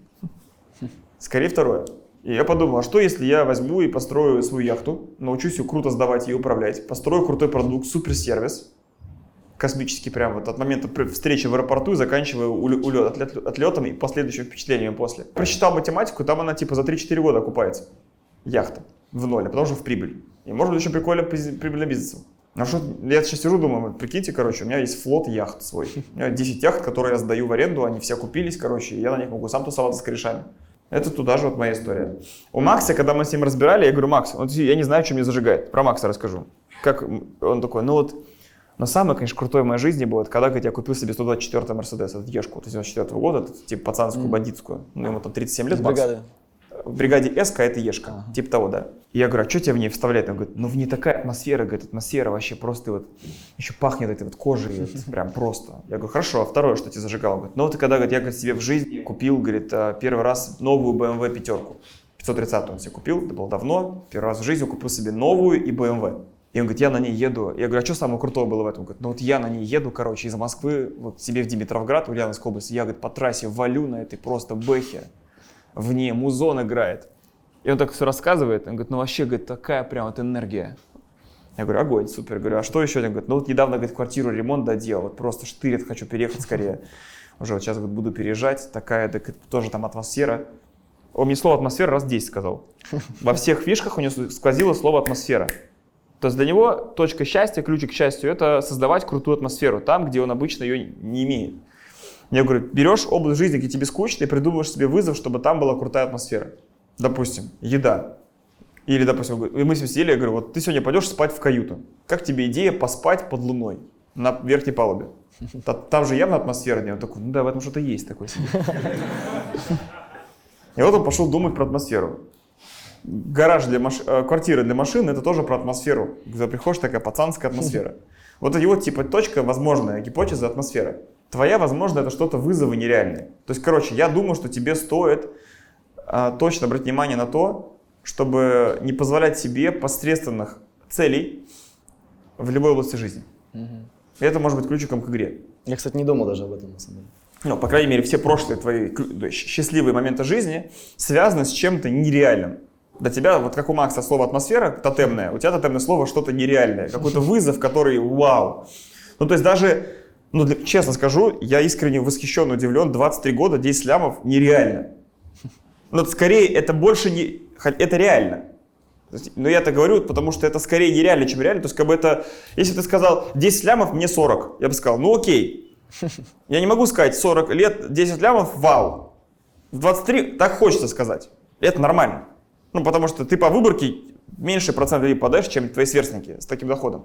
Скорее второе. И я подумал, а что если я возьму и построю свою яхту, научусь ее круто сдавать и управлять, построю крутой продукт, суперсервис, космический прям от момента встречи в аэропорту и заканчивая отлетом и последующим впечатлением после. Просчитал математику, там она за 3-4 года окупается. Яхта в ноль, а потом уже в прибыль. И может быть очень прикольно прибыльным бизнесом. Я сейчас сижу, думаю, прикиньте, у меня есть флот яхт свой. У меня 10 яхт, которые я сдаю в аренду, они все купились, и я на них могу сам тусоваться с корешами. Это туда же моя история. У Макса, когда мы с ним разбирали, я говорю, Макс, я не знаю, что меня зажигает. Про Макса расскажу. Как он такой, но самое, конечно, крутое в моей жизни было, когда, я купил себе 124-й Мерседес, эту Ешку 94-го года, типа пацанскую, бандитскую. Ему там 37 лет, Макс. В бригаде Эска это Ешка, типа того, да. И я говорю, а что тебе в ней вставлять? Он говорит, в ней такая атмосфера, атмосфера вообще просто еще пахнет этой кожей, прям просто. Я говорю, хорошо, а второе, что тебе зажигало? Он говорит, когда, я себе в жизни купил, первый раз новую BMW пятерку, 530 он себе купил, это было давно, первый раз в жизни купил себе новую и BMW. И он говорит, я на ней еду. Я говорю, а что самое крутое было в этом? Он говорит, я на ней еду, из Москвы, себе в Димитровград, в Ульяновской области, я, по трассе валю на этой просто бэхе. В ней музон играет. И он так все рассказывает. Он говорит, вообще, такая прям энергия. Я говорю, огонь, супер. Я говорю, а что еще? Он говорит, недавно, квартиру ремонт доделал. Просто штырит, хочу переехать скорее. Уже сейчас, буду переезжать. Такая, тоже там атмосфера. Он мне слово атмосфера раз 10 сказал. Во всех фишках у него сквозило слово атмосфера. То есть для него точка счастья, ключик к счастью, это создавать крутую атмосферу там, где он обычно ее не имеет. Я говорю, берешь область жизни, где тебе скучно, и придумываешь себе вызов, чтобы там была крутая атмосфера. Допустим, еда. Или, допустим, мы с ним сидели, я говорю, ты сегодня пойдешь спать в каюту. Как тебе идея поспать под луной на верхней палубе? Там же явно атмосфера. Он такой, в этом что-то есть такое себе. И он пошел думать про атмосферу. Гараж квартира для машин, это тоже про атмосферу. Когда приходишь, такая пацанская атмосфера. Вот его точка, возможная гипотеза, атмосфера. Твоя, возможно, это что-то вызовы нереальные. То есть, я думаю, что тебе стоит точно обратить внимание на то, чтобы не позволять себе посредственных целей в любой области жизни. И это может быть ключиком к игре. Я, кстати, не думал даже об этом, на самом деле. По крайней мере, все прошлые твои счастливые моменты жизни связаны с чем-то нереальным. Для тебя, как у Макса слово атмосфера тотемное, у тебя тотемное слово что-то нереальное, какой-то вызов, который вау. То есть даже... честно скажу, я искренне восхищен, удивлен, 23 года, 10 лямов нереально. Скорее, это больше не... Это реально. Но я это говорю, потому что это скорее нереально, чем реально. То есть, если ты сказал 10 лямов, мне 40, я бы сказал, окей. Я не могу сказать 40 лет, 10 лямов, вау. В 23 так хочется сказать. Это нормально. Ну, потому что ты по выборке меньше процент людей подаешь, чем твои сверстники с таким доходом.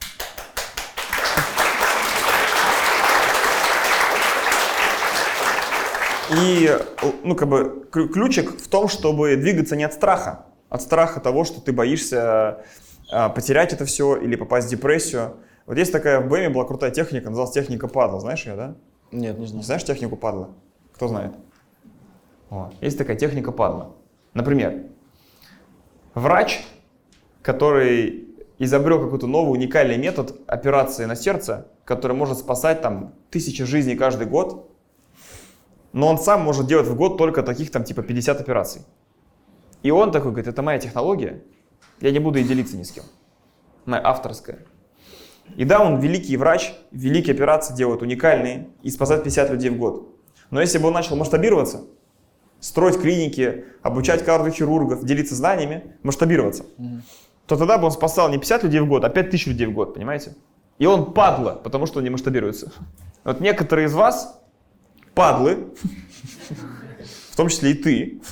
И, ну, как бы, ключик в том, чтобы двигаться не от страха. От страха того, что ты боишься потерять это все или попасть в депрессию. Вот есть такая в БМе была крутая техника, называлась техника падла. Знаешь ее, да? Нет, не знаю. Знаешь технику падла? Кто знает? Вот. Есть такая техника падла. Например, врач, который изобрел какой-то новый уникальный метод операции на сердце, который может спасать там 1000 жизней каждый год, но он сам может делать в год только таких там типа 50 операций. И он такой говорит, это моя технология, я не буду ей делиться ни с кем. Моя авторская. И да, он великий врач, великие операции делает уникальные и спасает 50 людей в год. Но если бы он начал масштабироваться, строить клиники, обучать кардиохирургов, делиться знаниями, масштабироваться, то тогда бы он спасал не 50 людей в год, а 5000 людей в год, понимаете? И он падла, потому что он не масштабируется. Вот некоторые из вас падлы, в том числе и ты,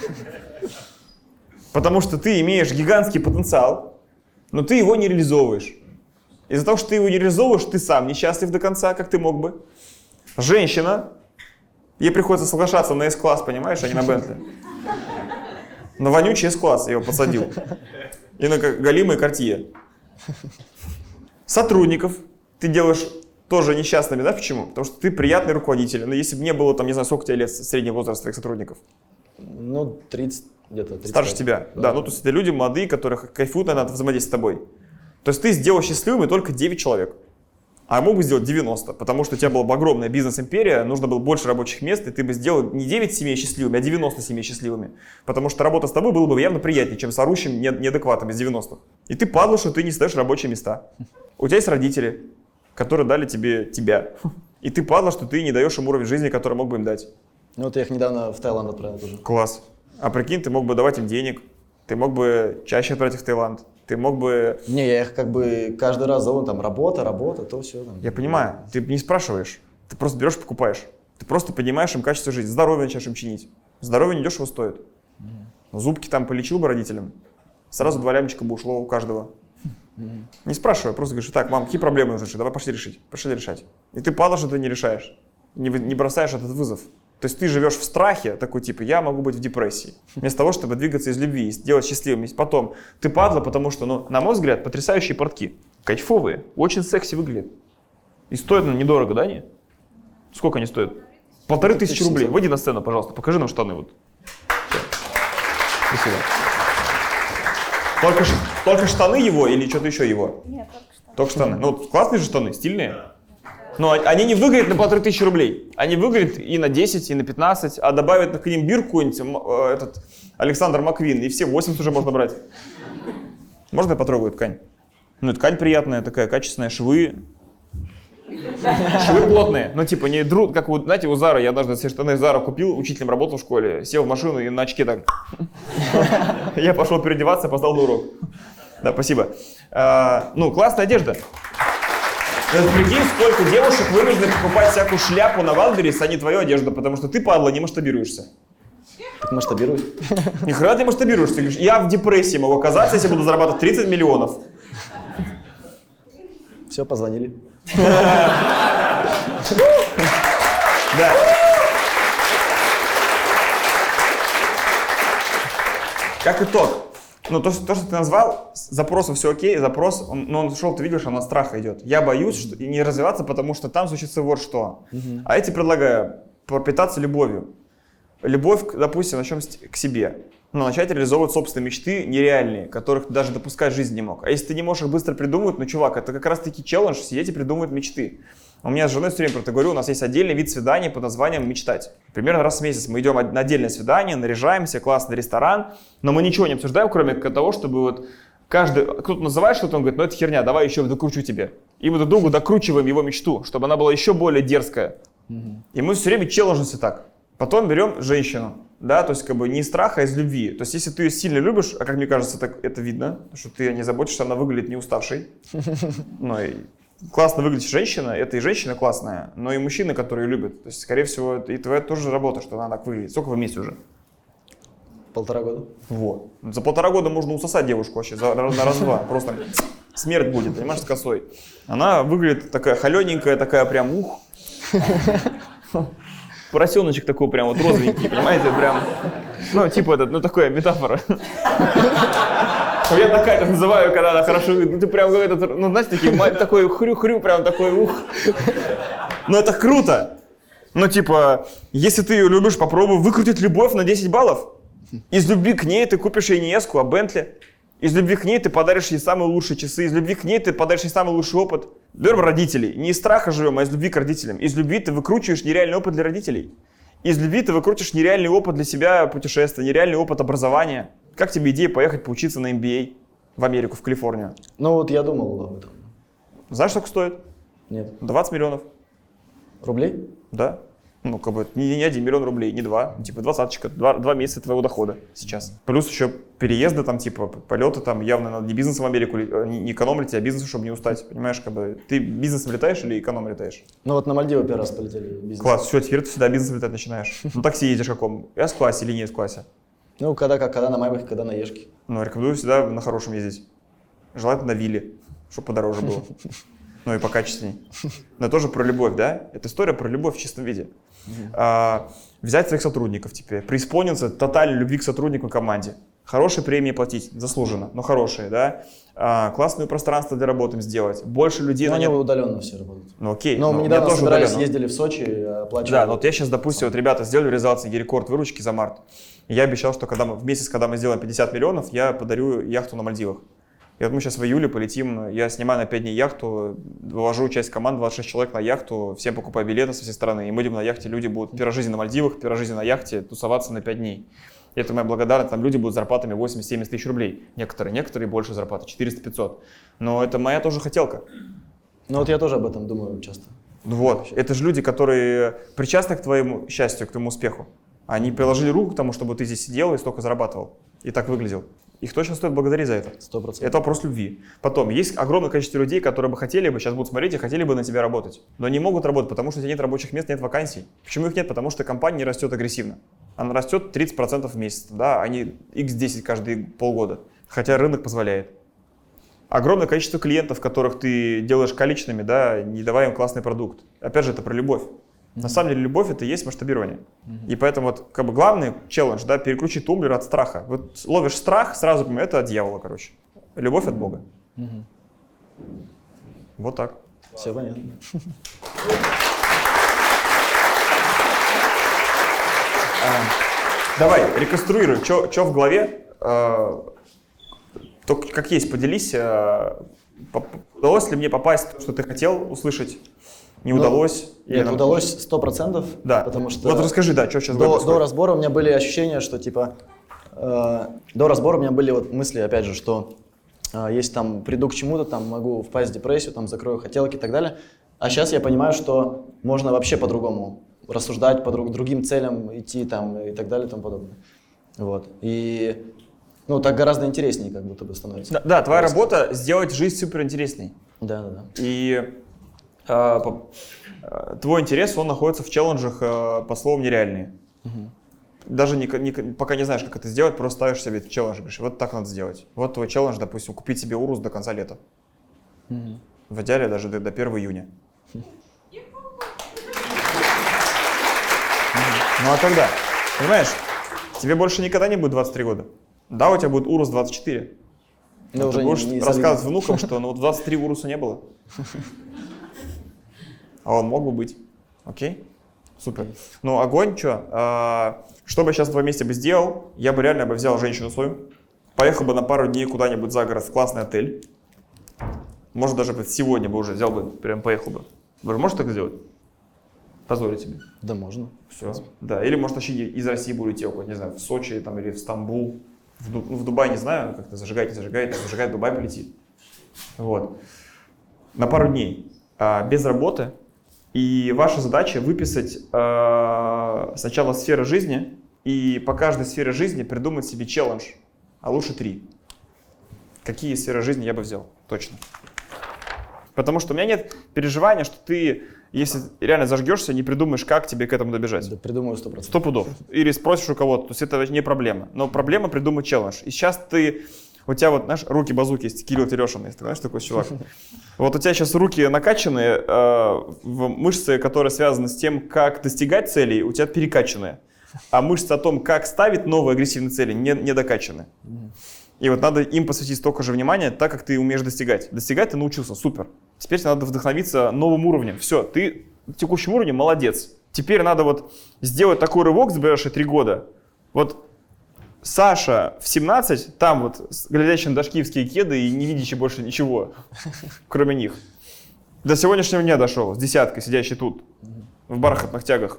потому что ты имеешь гигантский потенциал, но ты его не реализовываешь. Из-за того, что ты его не реализовываешь, ты сам несчастлив до конца, как ты мог бы. Женщина, ей приходится соглашаться на S-класс, понимаешь, а не на Бентли. На вонючий S-класс я его посадил. И на голимые Cartier. Сотрудников ты делаешь тоже несчастными, да, почему? Потому что ты приятный руководитель. Но если бы не было, там, не знаю, сколько тебе лет средний возраст твоих сотрудников? Ну, 30, где-то 30. Старше тебя, да. Ну, то есть это люди молодые, которые кайфуют, наверное, от взаимодействия с тобой. То есть ты сделал счастливыми только 9 человек. А мог бы сделать 90, потому что у тебя была бы огромная бизнес-империя, нужно было больше рабочих мест, и ты бы сделал не 9 семей счастливыми, а 90 семей счастливыми. Потому что работа с тобой была бы явно приятнее, чем с орущим неадекватом из 90-х. И ты падла, что ты не сдаешь рабочие места. У тебя есть родители, которые дали тебе тебя. И ты падла, что ты не даешь им уровень жизни, который мог бы им дать. Ну вот я их недавно в Таиланд отправил тоже. Класс. А прикинь, ты мог бы давать им денег, ты мог бы чаще отправить их в Таиланд. Ты мог бы... Не, я их как бы каждый раз зову, там, работа, то все. Там. Я понимаю, ты не спрашиваешь, ты просто берешь и покупаешь. Ты просто поднимаешь им качество жизни, здоровье начинаешь им чинить. Здоровье недешево стоит. Зубки там полечил бы родителям, сразу 2 лямчика бы ушло у каждого. Не спрашивай, просто говоришь, так, мам, какие проблемы нужны решить, давай пошли решать. И ты падаешь, что ты не решаешь, не бросаешь этот вызов. То есть ты живешь в страхе, такой типа, я могу быть в депрессии, вместо того, чтобы двигаться из любви, сделать счастливым. И потом ты падла, потому что, ну, на мой взгляд, потрясающие портки. Кайфовые, очень секси выглядят. И стоят, ну, недорого, да, не? Сколько они стоят? 1500 рублей. Выйди на сцену, пожалуйста, покажи нам штаны. Вот. Спасибо. Только штаны его или что-то еще его? Нет, только штаны. Только штаны. Ну, классные же штаны, стильные. Но они не выиграют на 1500 рублей. Они выиграют и на 10, и на 15, а добавят к ним бирку какой-нибудь, этот Александр Маквин, и все 80 уже можно брать. Можно я потрогаю ткань? Ну, ткань приятная, такая качественная, швы. Швы плотные, ну типа не друг, как вот, знаете, у Зары, я однажды все штаны Зара купил, учителем работал в школе, сел в машину и на очке так. Я пошел переодеваться, опоздал на урок. Да, спасибо. Ну, классная одежда. Прикинь, сколько девушек вынуждены покупать всякую шляпу на Wildberries, а не твою одежду, потому что ты, падла, не масштабируешься. Так масштабируюсь. Ни хрена ты масштабируешься. Ты говоришь, я в депрессии могу оказаться, если буду зарабатывать 30 миллионов. Все, позвонили. Да. Как итог. Ну, то, что ты назвал, запросом все окей, запрос, он шел, ты видишь, он от страха идет. Я боюсь и не развиваться, потому что там случится вот что. А я тебе предлагаю пропитаться любовью. Любовь, допустим, начнем к себе. Но начать реализовывать собственные мечты нереальные, которых ты даже допускать в жизни не мог. А если ты не можешь их быстро придумывать, ну, чувак, это как раз-таки челлендж, сидеть и придумывать мечты. У меня с женой все время про это говорю, у нас есть отдельный вид свиданий под названием «мечтать». Примерно раз в месяц мы идем на отдельное свидание, наряжаемся, классный ресторан, но мы ничего не обсуждаем, кроме того, чтобы вот кто-то называет что-то, он говорит, ну это херня, давай еще докручу тебе. И мы друг другу докручиваем его мечту, чтобы она была еще более дерзкая. И мы все время челленджимся так. Потом берем женщину, да, то есть как бы не из страха, а из любви. То есть если ты ее сильно любишь, а как мне кажется, это видно, что ты не заботишься, она выглядит не уставшей. Ну и классно выглядит женщина, это и женщина классная, но и мужчины, которые любят. То есть, скорее всего, и твоя тоже работа, что она так выглядит. Сколько вы вместе уже? 1,5 года. Вот. За 1,5 года можно усосать девушку вообще, на раз-два. Просто смерть будет, понимаешь, с косой. Она выглядит такая холененькая, такая прям ух. Поросеночек такой прям вот розовенький, понимаете, прям. Ну, типа этот, ну такая метафора. Я такая это называю, когда она хорошо выглядит. Ну, ты прям этот, ну, знаете, такой хрю-хрю, прям такой ух. Ну, это круто. Ну, типа, если ты ее любишь, попробуй выкрутить любовь на 10 баллов. Из любви к ней ты купишь ей не Эску, а Бентли. Из любви к ней ты подаришь ей самые лучшие часы. Из любви к ней ты подаришь ей самый лучший опыт. Берем родителей. Не из страха живем, а из любви к родителям. Из любви ты выкручиваешь нереальный опыт для родителей. Из любви ты выкрутишь нереальный опыт для себя путешествия, нереальный опыт образования. Как тебе идея поехать поучиться на MBA в Америку, в Калифорнию? Ну вот я думал об этом. Знаешь, сколько стоит? Нет. 20 миллионов. Рублей? Да. Ну, как бы не 1 миллион рублей, не 2, типа 20-чика, 2 месяца твоего дохода сейчас. Плюс еще переезды там, типа полеты там, явно надо не бизнесом в Америку, не экономить, а бизнесом, чтобы не устать, понимаешь, как бы. Ты бизнесом летаешь или эконом летаешь? Ну вот на Мальдивы первый раз полетели бизнес. Класс, все, теперь ты сюда бизнесом летать начинаешь. На такси едешь каком? С-классе или не С-классе? Ну когда как, когда на Майбахе, когда на Ешке. Ну, рекомендую всегда на хорошем ездить. Желательно на вилле, чтобы подороже было. Ну и покачественней. Но тоже про любовь, да? Это история про любовь в чистом виде. Взять своих сотрудников теперь, преисполниться тотальной любви к сотруднику и команде. Хорошие премии платить, заслуженно, но хорошие, да? Классное пространство для работы им сделать. Больше людей... Но они удаленно все работают. Ну окей. Но мы недавно собирались, ездили в Сочи, оплачивали. Да, но вот я сейчас, допустим, вот ребята сделали реализацию рекорд выручки за март. И я обещал, что в месяц, когда мы сделаем 50 миллионов, я подарю яхту на Мальдивах. И вот мы сейчас в июле полетим, я снимаю на 5 дней яхту, вывожу часть команд, 26 человек на яхту, всем покупаю билеты со всей страны. И мы идем на яхте, люди будут первой жизни на Мальдивах, первой жизни на яхте, тусоваться на 5 дней. И это моя благодарность, там люди будут с зарплатами 80-70 тысяч рублей. Некоторые больше зарплаты, 400-500. Но это моя тоже хотелка. Ну вот я тоже об этом думаю часто. Вот, это же люди, которые причастны к твоему счастью, к твоему успеху. Они приложили руку к тому, чтобы ты здесь сидел и столько зарабатывал. И так выглядел. Их точно стоит благодарить за это. 100%. Это вопрос любви. Потом, есть огромное количество людей, которые бы хотели бы, сейчас будут смотреть и хотели бы на тебя работать. Но не могут работать, потому что у тебя нет рабочих мест, нет вакансий. Почему их нет? Потому что компания не растет агрессивно. Она растет 30% в месяц, да, а не x10 каждые полгода. Хотя рынок позволяет. Огромное количество клиентов, которых ты делаешь количественными, да, не давая им классный продукт. Опять же, это про любовь. На самом деле любовь — это и есть масштабирование. И поэтому вот, как бы главный челлендж, да, переключить тумблер от страха. Вот ловишь страх, сразу понимаешь, это от дьявола, короче. Любовь от Бога. Вот так. Все понятно. Давай, реконструируй, что в голове, только как есть, поделись, удалось ли мне попасть в то, что ты хотел услышать? Не удалось? Нет, удалось 100%. Да. Потому что вот расскажи, да, что сейчас до разбора у меня были ощущения, что типа до разбора у меня были вот мысли, опять же, что если там приду к чему-то, там могу впасть в депрессию, там закрою хотелки и так далее. А сейчас я понимаю, что можно вообще по-другому рассуждать, по другим целям идти там и так далее и тому подобное. Вот. И ну так гораздо интереснее как будто бы становится. Да, твоя работа сделать жизнь супер интересней. Да. И твой интерес, он находится в челленджах по словам нереальные. Даже пока не знаешь, как это сделать, просто ставишь себе челлендж, говоришь, вот так надо сделать. Вот твой челлендж, допустим, купить себе Урус до конца лета. В идеале даже до 1 июня. Ну а когда? Понимаешь, тебе больше никогда не будет 23 года. Да, у тебя будет Урус 24. Но ты будешь рассказывать внукам, что ну вот 23 Уруса не было. А он мог бы быть. Окей? Супер. Ну, огонь, что? Что бы я сейчас на твоем месте бы сделал? Я бы реально взял женщину свою, поехал бы на пару дней куда-нибудь за город в классный отель. Может, даже сегодня бы уже взял бы, прям поехал бы. Вы можете так сделать? Позволю тебе. Да, можно. Все. Да. Или, может, вообще из России будете, не знаю, в Сочи там, или в Стамбул. В Дубай не знаю, как-то зажигает, в Дубай полетит. Вот. На пару дней. Без работы. И ваша задача выписать сначала сферы жизни и по каждой сфере жизни придумать себе челлендж, а лучше 3. Какие сферы жизни я бы взял? Точно. Потому что у меня нет переживания, что ты, если реально зажгешься, не придумаешь, как тебе к этому добежать. Да, придумаю 100%. 100 пудов. Или спросишь у кого-то, то есть это не проблема. Но проблема придумать челлендж. И сейчас у тебя вот, знаешь, руки-базуки есть, Кирилл Терешин, есть, знаешь, такой чувак. Вот у тебя сейчас руки накачанные, в мышцы, которые связаны с тем, как достигать целей, у тебя перекачанные. А мышцы о том, как ставить новые агрессивные цели, не докачаны. И вот надо им посвятить столько же внимания, так как ты умеешь достигать. Достигать ты научился, супер. Теперь тебе надо вдохновиться новым уровнем. Все, ты на текущем уровне молодец. Теперь надо вот сделать такой рывок за ближайшие 3 года. Вот Саша в 17, там вот глядящий на дашкиевские кеды и не видящий больше ничего, кроме них. До сегодняшнего дня дошел, с десяткой, сидящий тут, в бархатных тягах.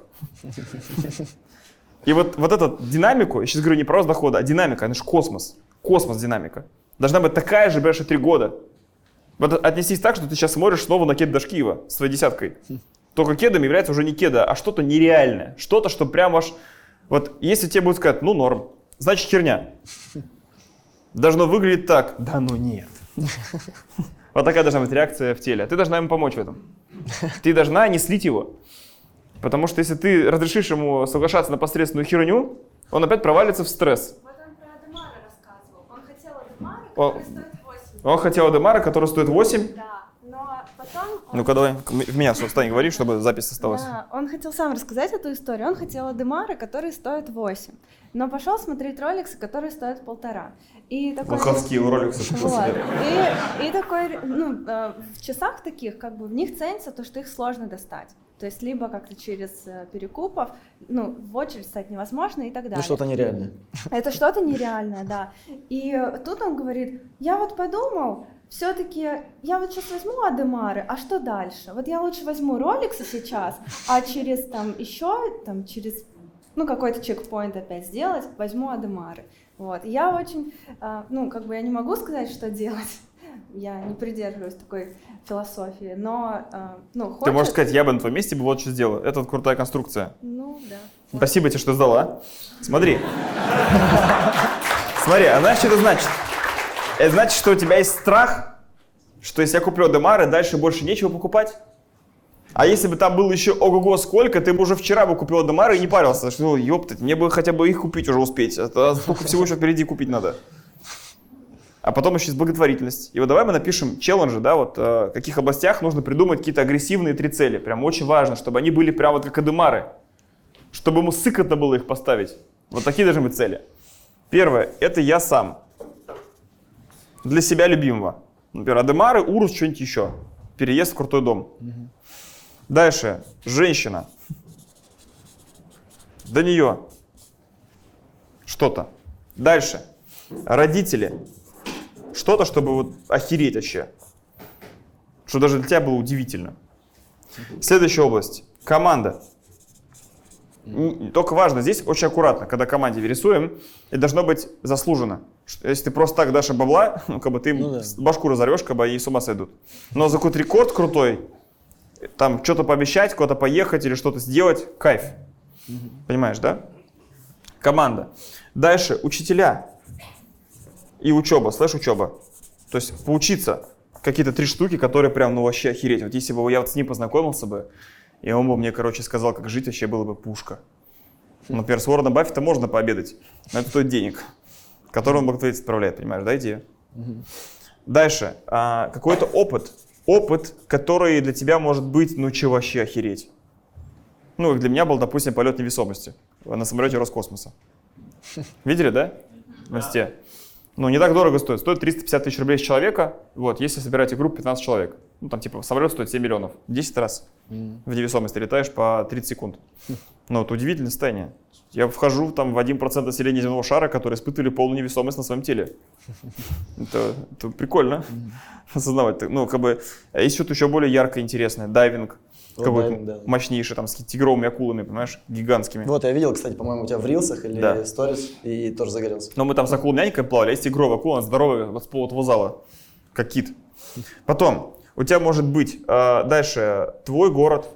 И вот эту динамику, я сейчас говорю не про рост дохода, а динамика, это же космос. Космос динамика. Должна быть такая же в ближайшие 3 года. Вот отнесись так, что ты сейчас смотришь снова на кед Дашкиева с своей десяткой. Только кедом является уже не кеда, а что-то нереальное. Что-то, что прям аж... Вот если тебе будут сказать, ну норм, значит херня. Должно выглядеть так. Да ну нет. Вот такая должна быть реакция в теле. Ты должна ему помочь в этом. Ты должна не слить его. Потому что если ты разрешишь ему соглашаться на посредственную херню, он опять провалится в стресс. Вот он про Адемара рассказывал. Он хотел Адемара, который стоит 8. Он хотел Адемара, который стоит 8. Да, но потом... Ну-ка давай, в меня встань, говори, чтобы запись осталась. Да, он хотел сам рассказать эту историю. Он хотел Адемара, который стоит 8. Но пошел смотреть роликсы, которые стоят 1,5. И такой... Лоховские роликсы. Вот. И такой, ну, в часах таких, как бы в них ценится то, что их сложно достать. То есть либо как-то через перекупов, ну, в очередь стать невозможно и так далее. Ну, что-то нереальное. Это что-то нереальное, да. И тут он говорит, я вот подумал, все-таки я вот сейчас возьму Адемары, а что дальше? Вот я лучше возьму роликсы сейчас, а через там еще, там через, ну, какой-то чекпоинт опять сделать, возьму Адемары. Вот. Я очень, ну, как бы я не могу сказать, что делать. Я не придерживаюсь такой философии, но, ну, хочется... Ты можешь сказать, я бы на твоем месте бы вот что сделал. Это вот крутая конструкция. Ну, да. Спасибо тебе, что сдала. Смотри. Смотри, а знаешь, что это значит? Это значит, что у тебя есть страх, что если я куплю Адемары, дальше больше нечего покупать. А если бы там было еще ого-го сколько, ты бы уже вчера бы купил Адемары и не парился. Что, ну, ёптать, мне бы хотя бы их купить уже успеть. А сколько всего еще впереди купить надо. А потом еще есть благотворительность. И вот давай мы напишем челленджи, да, вот в каких областях нужно придумать какие-то агрессивные 3 цели. Прям очень важно, чтобы они были прям вот как Адемары. Чтобы ему сыкотно было их поставить. Вот такие должны быть цели. Первое, это я сам. Для себя любимого. Например, Адемары, Урус, что-нибудь еще. Переезд в крутой дом. Дальше, женщина. До нее что-то. Дальше, родители. Что-то, чтобы вот охереть вообще. Что даже для тебя было удивительно. Следующая область. Команда. Только важно, здесь очень аккуратно, когда команде рисуем, это должно быть заслуженно. Если ты просто так дашь им бабла, ну, как бы ты башку разорвешь, как бы они с ума сойдут. Но за какой-то рекорд крутой, там что-то пообещать, куда-то поехать или что-то сделать, кайф. Понимаешь, да? Команда. Дальше учителя. И учеба, слэш-учеба. То есть поучиться. Какие-то 3 штуки, которые прям, ну вообще охереть. Вот если бы я вот с ним познакомился бы, и он бы мне, короче, сказал, как жить, вообще было бы пушка. Например, с Уорреном Баффета можно пообедать, но это стоит денег, который он благотворительность отправляет, понимаешь, да, идея? Дальше. Какой-то опыт. Опыт, который для тебя может быть, ну че вообще охереть. Ну, для меня был, допустим, полет невесомости на самолете Роскосмоса. Видели, да? В инсте. Ну, не так дорого стоит. Стоит 350 тысяч рублей с человека. Вот, если собираете группу 15 человек. Ну, там, типа, самолет стоит 7 миллионов. 10 раз в невесомости летаешь по 30 секунд. Ну, это удивительное состояние. Я вхожу там в 1% населения земного шара, которые испытывали полную невесомость на своем теле. Это прикольно осознавать. Ну, как бы, есть что-то еще более яркое, интересное. Дайвинг. Какой-то мощнейший, там, с тигровыми акулами, понимаешь, гигантскими. Вот, я видел, кстати, по-моему, у тебя в рилсах или сторис, и тоже загорелся. Но мы там с акулой-нянькой плавали, а есть тигровая акула, она здоровая, вот с полотого зала, как кит. Потом, у тебя может быть дальше твой город,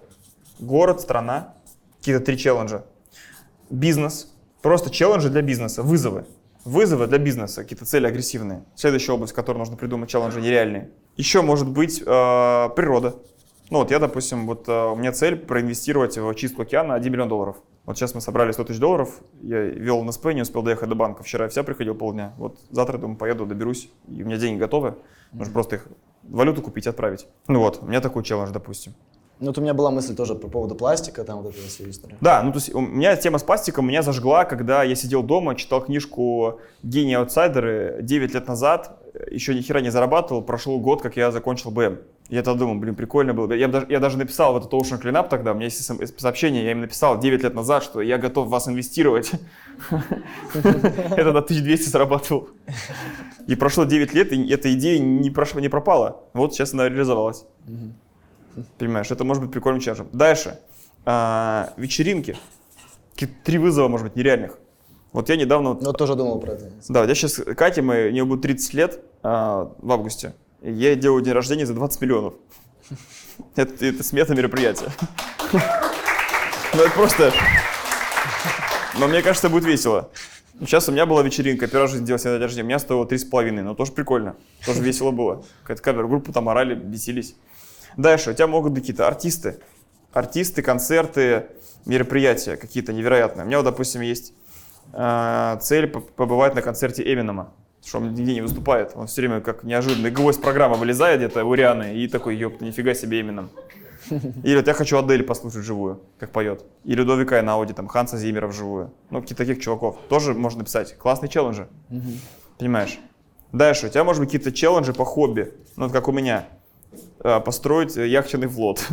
страна, какие-то 3 челленджа. Бизнес, просто челленджи для бизнеса, вызовы. Вызовы для бизнеса, какие-то цели агрессивные. Следующая область, в которой нужно придумать челленджи нереальные. Еще может быть природа. Ну вот я, допустим, вот у меня цель проинвестировать в чистку океана $1 миллион. Вот сейчас мы собрали $100 000, я вел НСП, не успел доехать до банка. Вчера я вся приходил полдня. Вот завтра, думаю, поеду, доберусь, и у меня деньги готовы. Нужно просто их валюту купить и отправить. Ну вот, у меня такой челлендж, допустим. Ну, вот у меня была мысль тоже по поводу пластика, там вот эта вся история. Да, ну то есть у меня тема с пластиком меня зажгла, когда я сидел дома, читал книжку «Гении аутсайдеры» 9 лет назад, еще ни хера не зарабатывал, прошел год, как я закончил БМ. Я тогда думал, блин, прикольно было. Я даже написал в этот Ocean Cleanup тогда, у меня есть сообщение, я им написал 9 лет назад, что я готов в вас инвестировать. Это на 1200 зарабатывал. И прошло 9 лет, и эта идея не пропала. Вот сейчас она реализовалась. Понимаешь, это может быть прикольным челленджем. Дальше. Вечеринки. 3 вызова, может быть, нереальных. Вот я недавно... Ну, тоже думал про это. Да, я сейчас Кате, мне будет 30 лет в августе. И я делаю день рождения за 20 миллионов. Это смета мероприятия. Ну, это просто... Но мне кажется, будет весело. Сейчас у меня была вечеринка, первый раз в жизни делал себе день рождения. У меня стоило 3,5, но тоже прикольно. Тоже весело было. Какая-то кавер-группа, там орали, бесились. Дальше, у тебя могут быть какие-то артисты. Артисты, концерты, мероприятия какие-то невероятные. У меня, вот, допустим, есть цель побывать на концерте Эминема, что он нигде не выступает. Он все время как неожиданный гвоздь программы вылезает где-то у Рианы и такой, ёпта, нифига себе Эминем. Или вот я хочу Адель послушать вживую, как поет. Или Людовика Эйнауди, там, Ханса Зиммера вживую. Ну, каких-то таких чуваков. Тоже можно написать. Классные челленджи. Понимаешь? Дальше, у тебя, может быть, какие-то челленджи по хобби. Ну, вот как у меня. Построить яхтенный флот.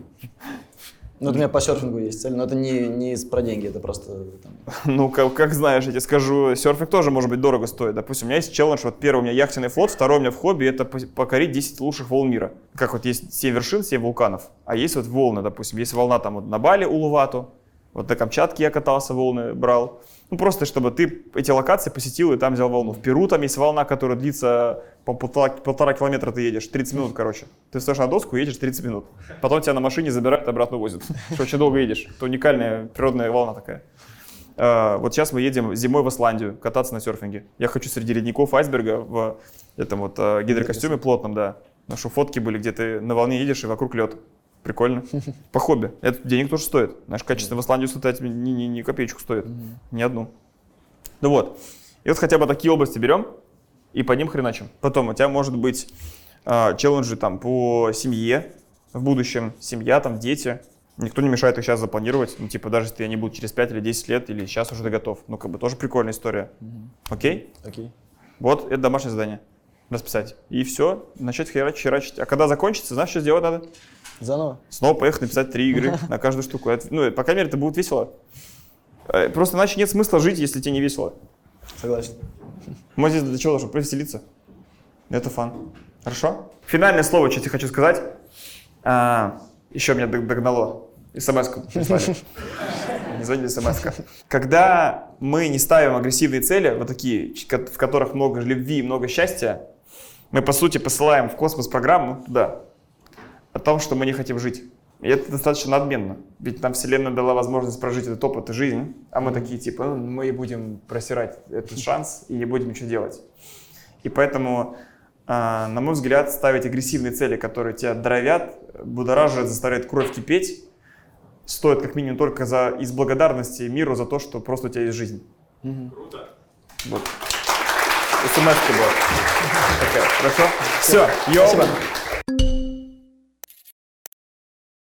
Ну, вот у меня по серфингу есть цель, но это не про деньги, это просто... Там... Ну, как знаешь, я тебе скажу, серфинг тоже, может быть, дорого стоит. Допустим, у меня есть челлендж, вот первый у меня яхтенный флот, второй у меня в хобби, это покорить 10 лучших волн мира. Как вот есть 7 вершин, 7 вулканов, а есть вот волны, допустим, есть волна там вот на Бали, Улувату, вот на Камчатке я катался, волны брал. Ну, просто чтобы ты эти локации посетил и там взял волну. В Перу там есть волна, которая длится по 1,5 километра ты едешь, 30 минут, короче. Ты встаешь на доску и едешь 30 минут. Потом тебя на машине забирают и обратно возят. Что очень долго едешь. Это уникальная природная волна такая. Вот сейчас мы едем зимой в Исландию кататься на серфинге. Я хочу среди ледников айсберга в этом вот гидрокостюме плотном, да. Ну, что фотки были, где ты на волне едешь и вокруг лед. Прикольно. По хобби. Это денег тоже стоит. Знаешь, качественно в Исландию слетать ни копеечку стоит. Ни одну. Ну вот. И вот хотя бы такие области берем и по ним хреначим. Потом у тебя может быть челленджи там по семье в будущем. Семья, там дети. Никто не мешает их сейчас запланировать. Ну типа даже если они будут через 5 или 10 лет, или сейчас уже ты готов. Ну как бы тоже прикольная история. Окей? Окей. Вот это домашнее задание. Расписать. И все, начать херачить. А когда закончится, знаешь, что сделать надо? Заново? Снова поехать написать 3 игры на каждую штуку. Ну, по крайней мере, это будет весело. Просто иначе нет смысла жить, если тебе не весело. Согласен. Мы здесь для чего? Чтобы повеселиться. Это фан. Хорошо? Финальное слово, что я тебе хочу сказать. Еще меня догнало. СМС-ку прислали. Не звонили СМС-ка. Когда мы не ставим агрессивные цели, вот такие, в которых много любви и много счастья, мы, по сути, посылаем в космос программу туда, о том, что мы не хотим жить. И это достаточно надменно. Ведь нам Вселенная дала возможность прожить этот опыт и жизнь, а мы такие, типа, мы будем просирать этот шанс и не будем ничего делать. И поэтому, на мой взгляд, ставить агрессивные цели, которые тебя дровят, будоражат, заставляют кровь кипеть, стоит как минимум только из благодарности миру за то, что просто у тебя есть жизнь. Круто. Вот. СМС-ка была. Такая. Хорошо? Все, йоу. Спасибо.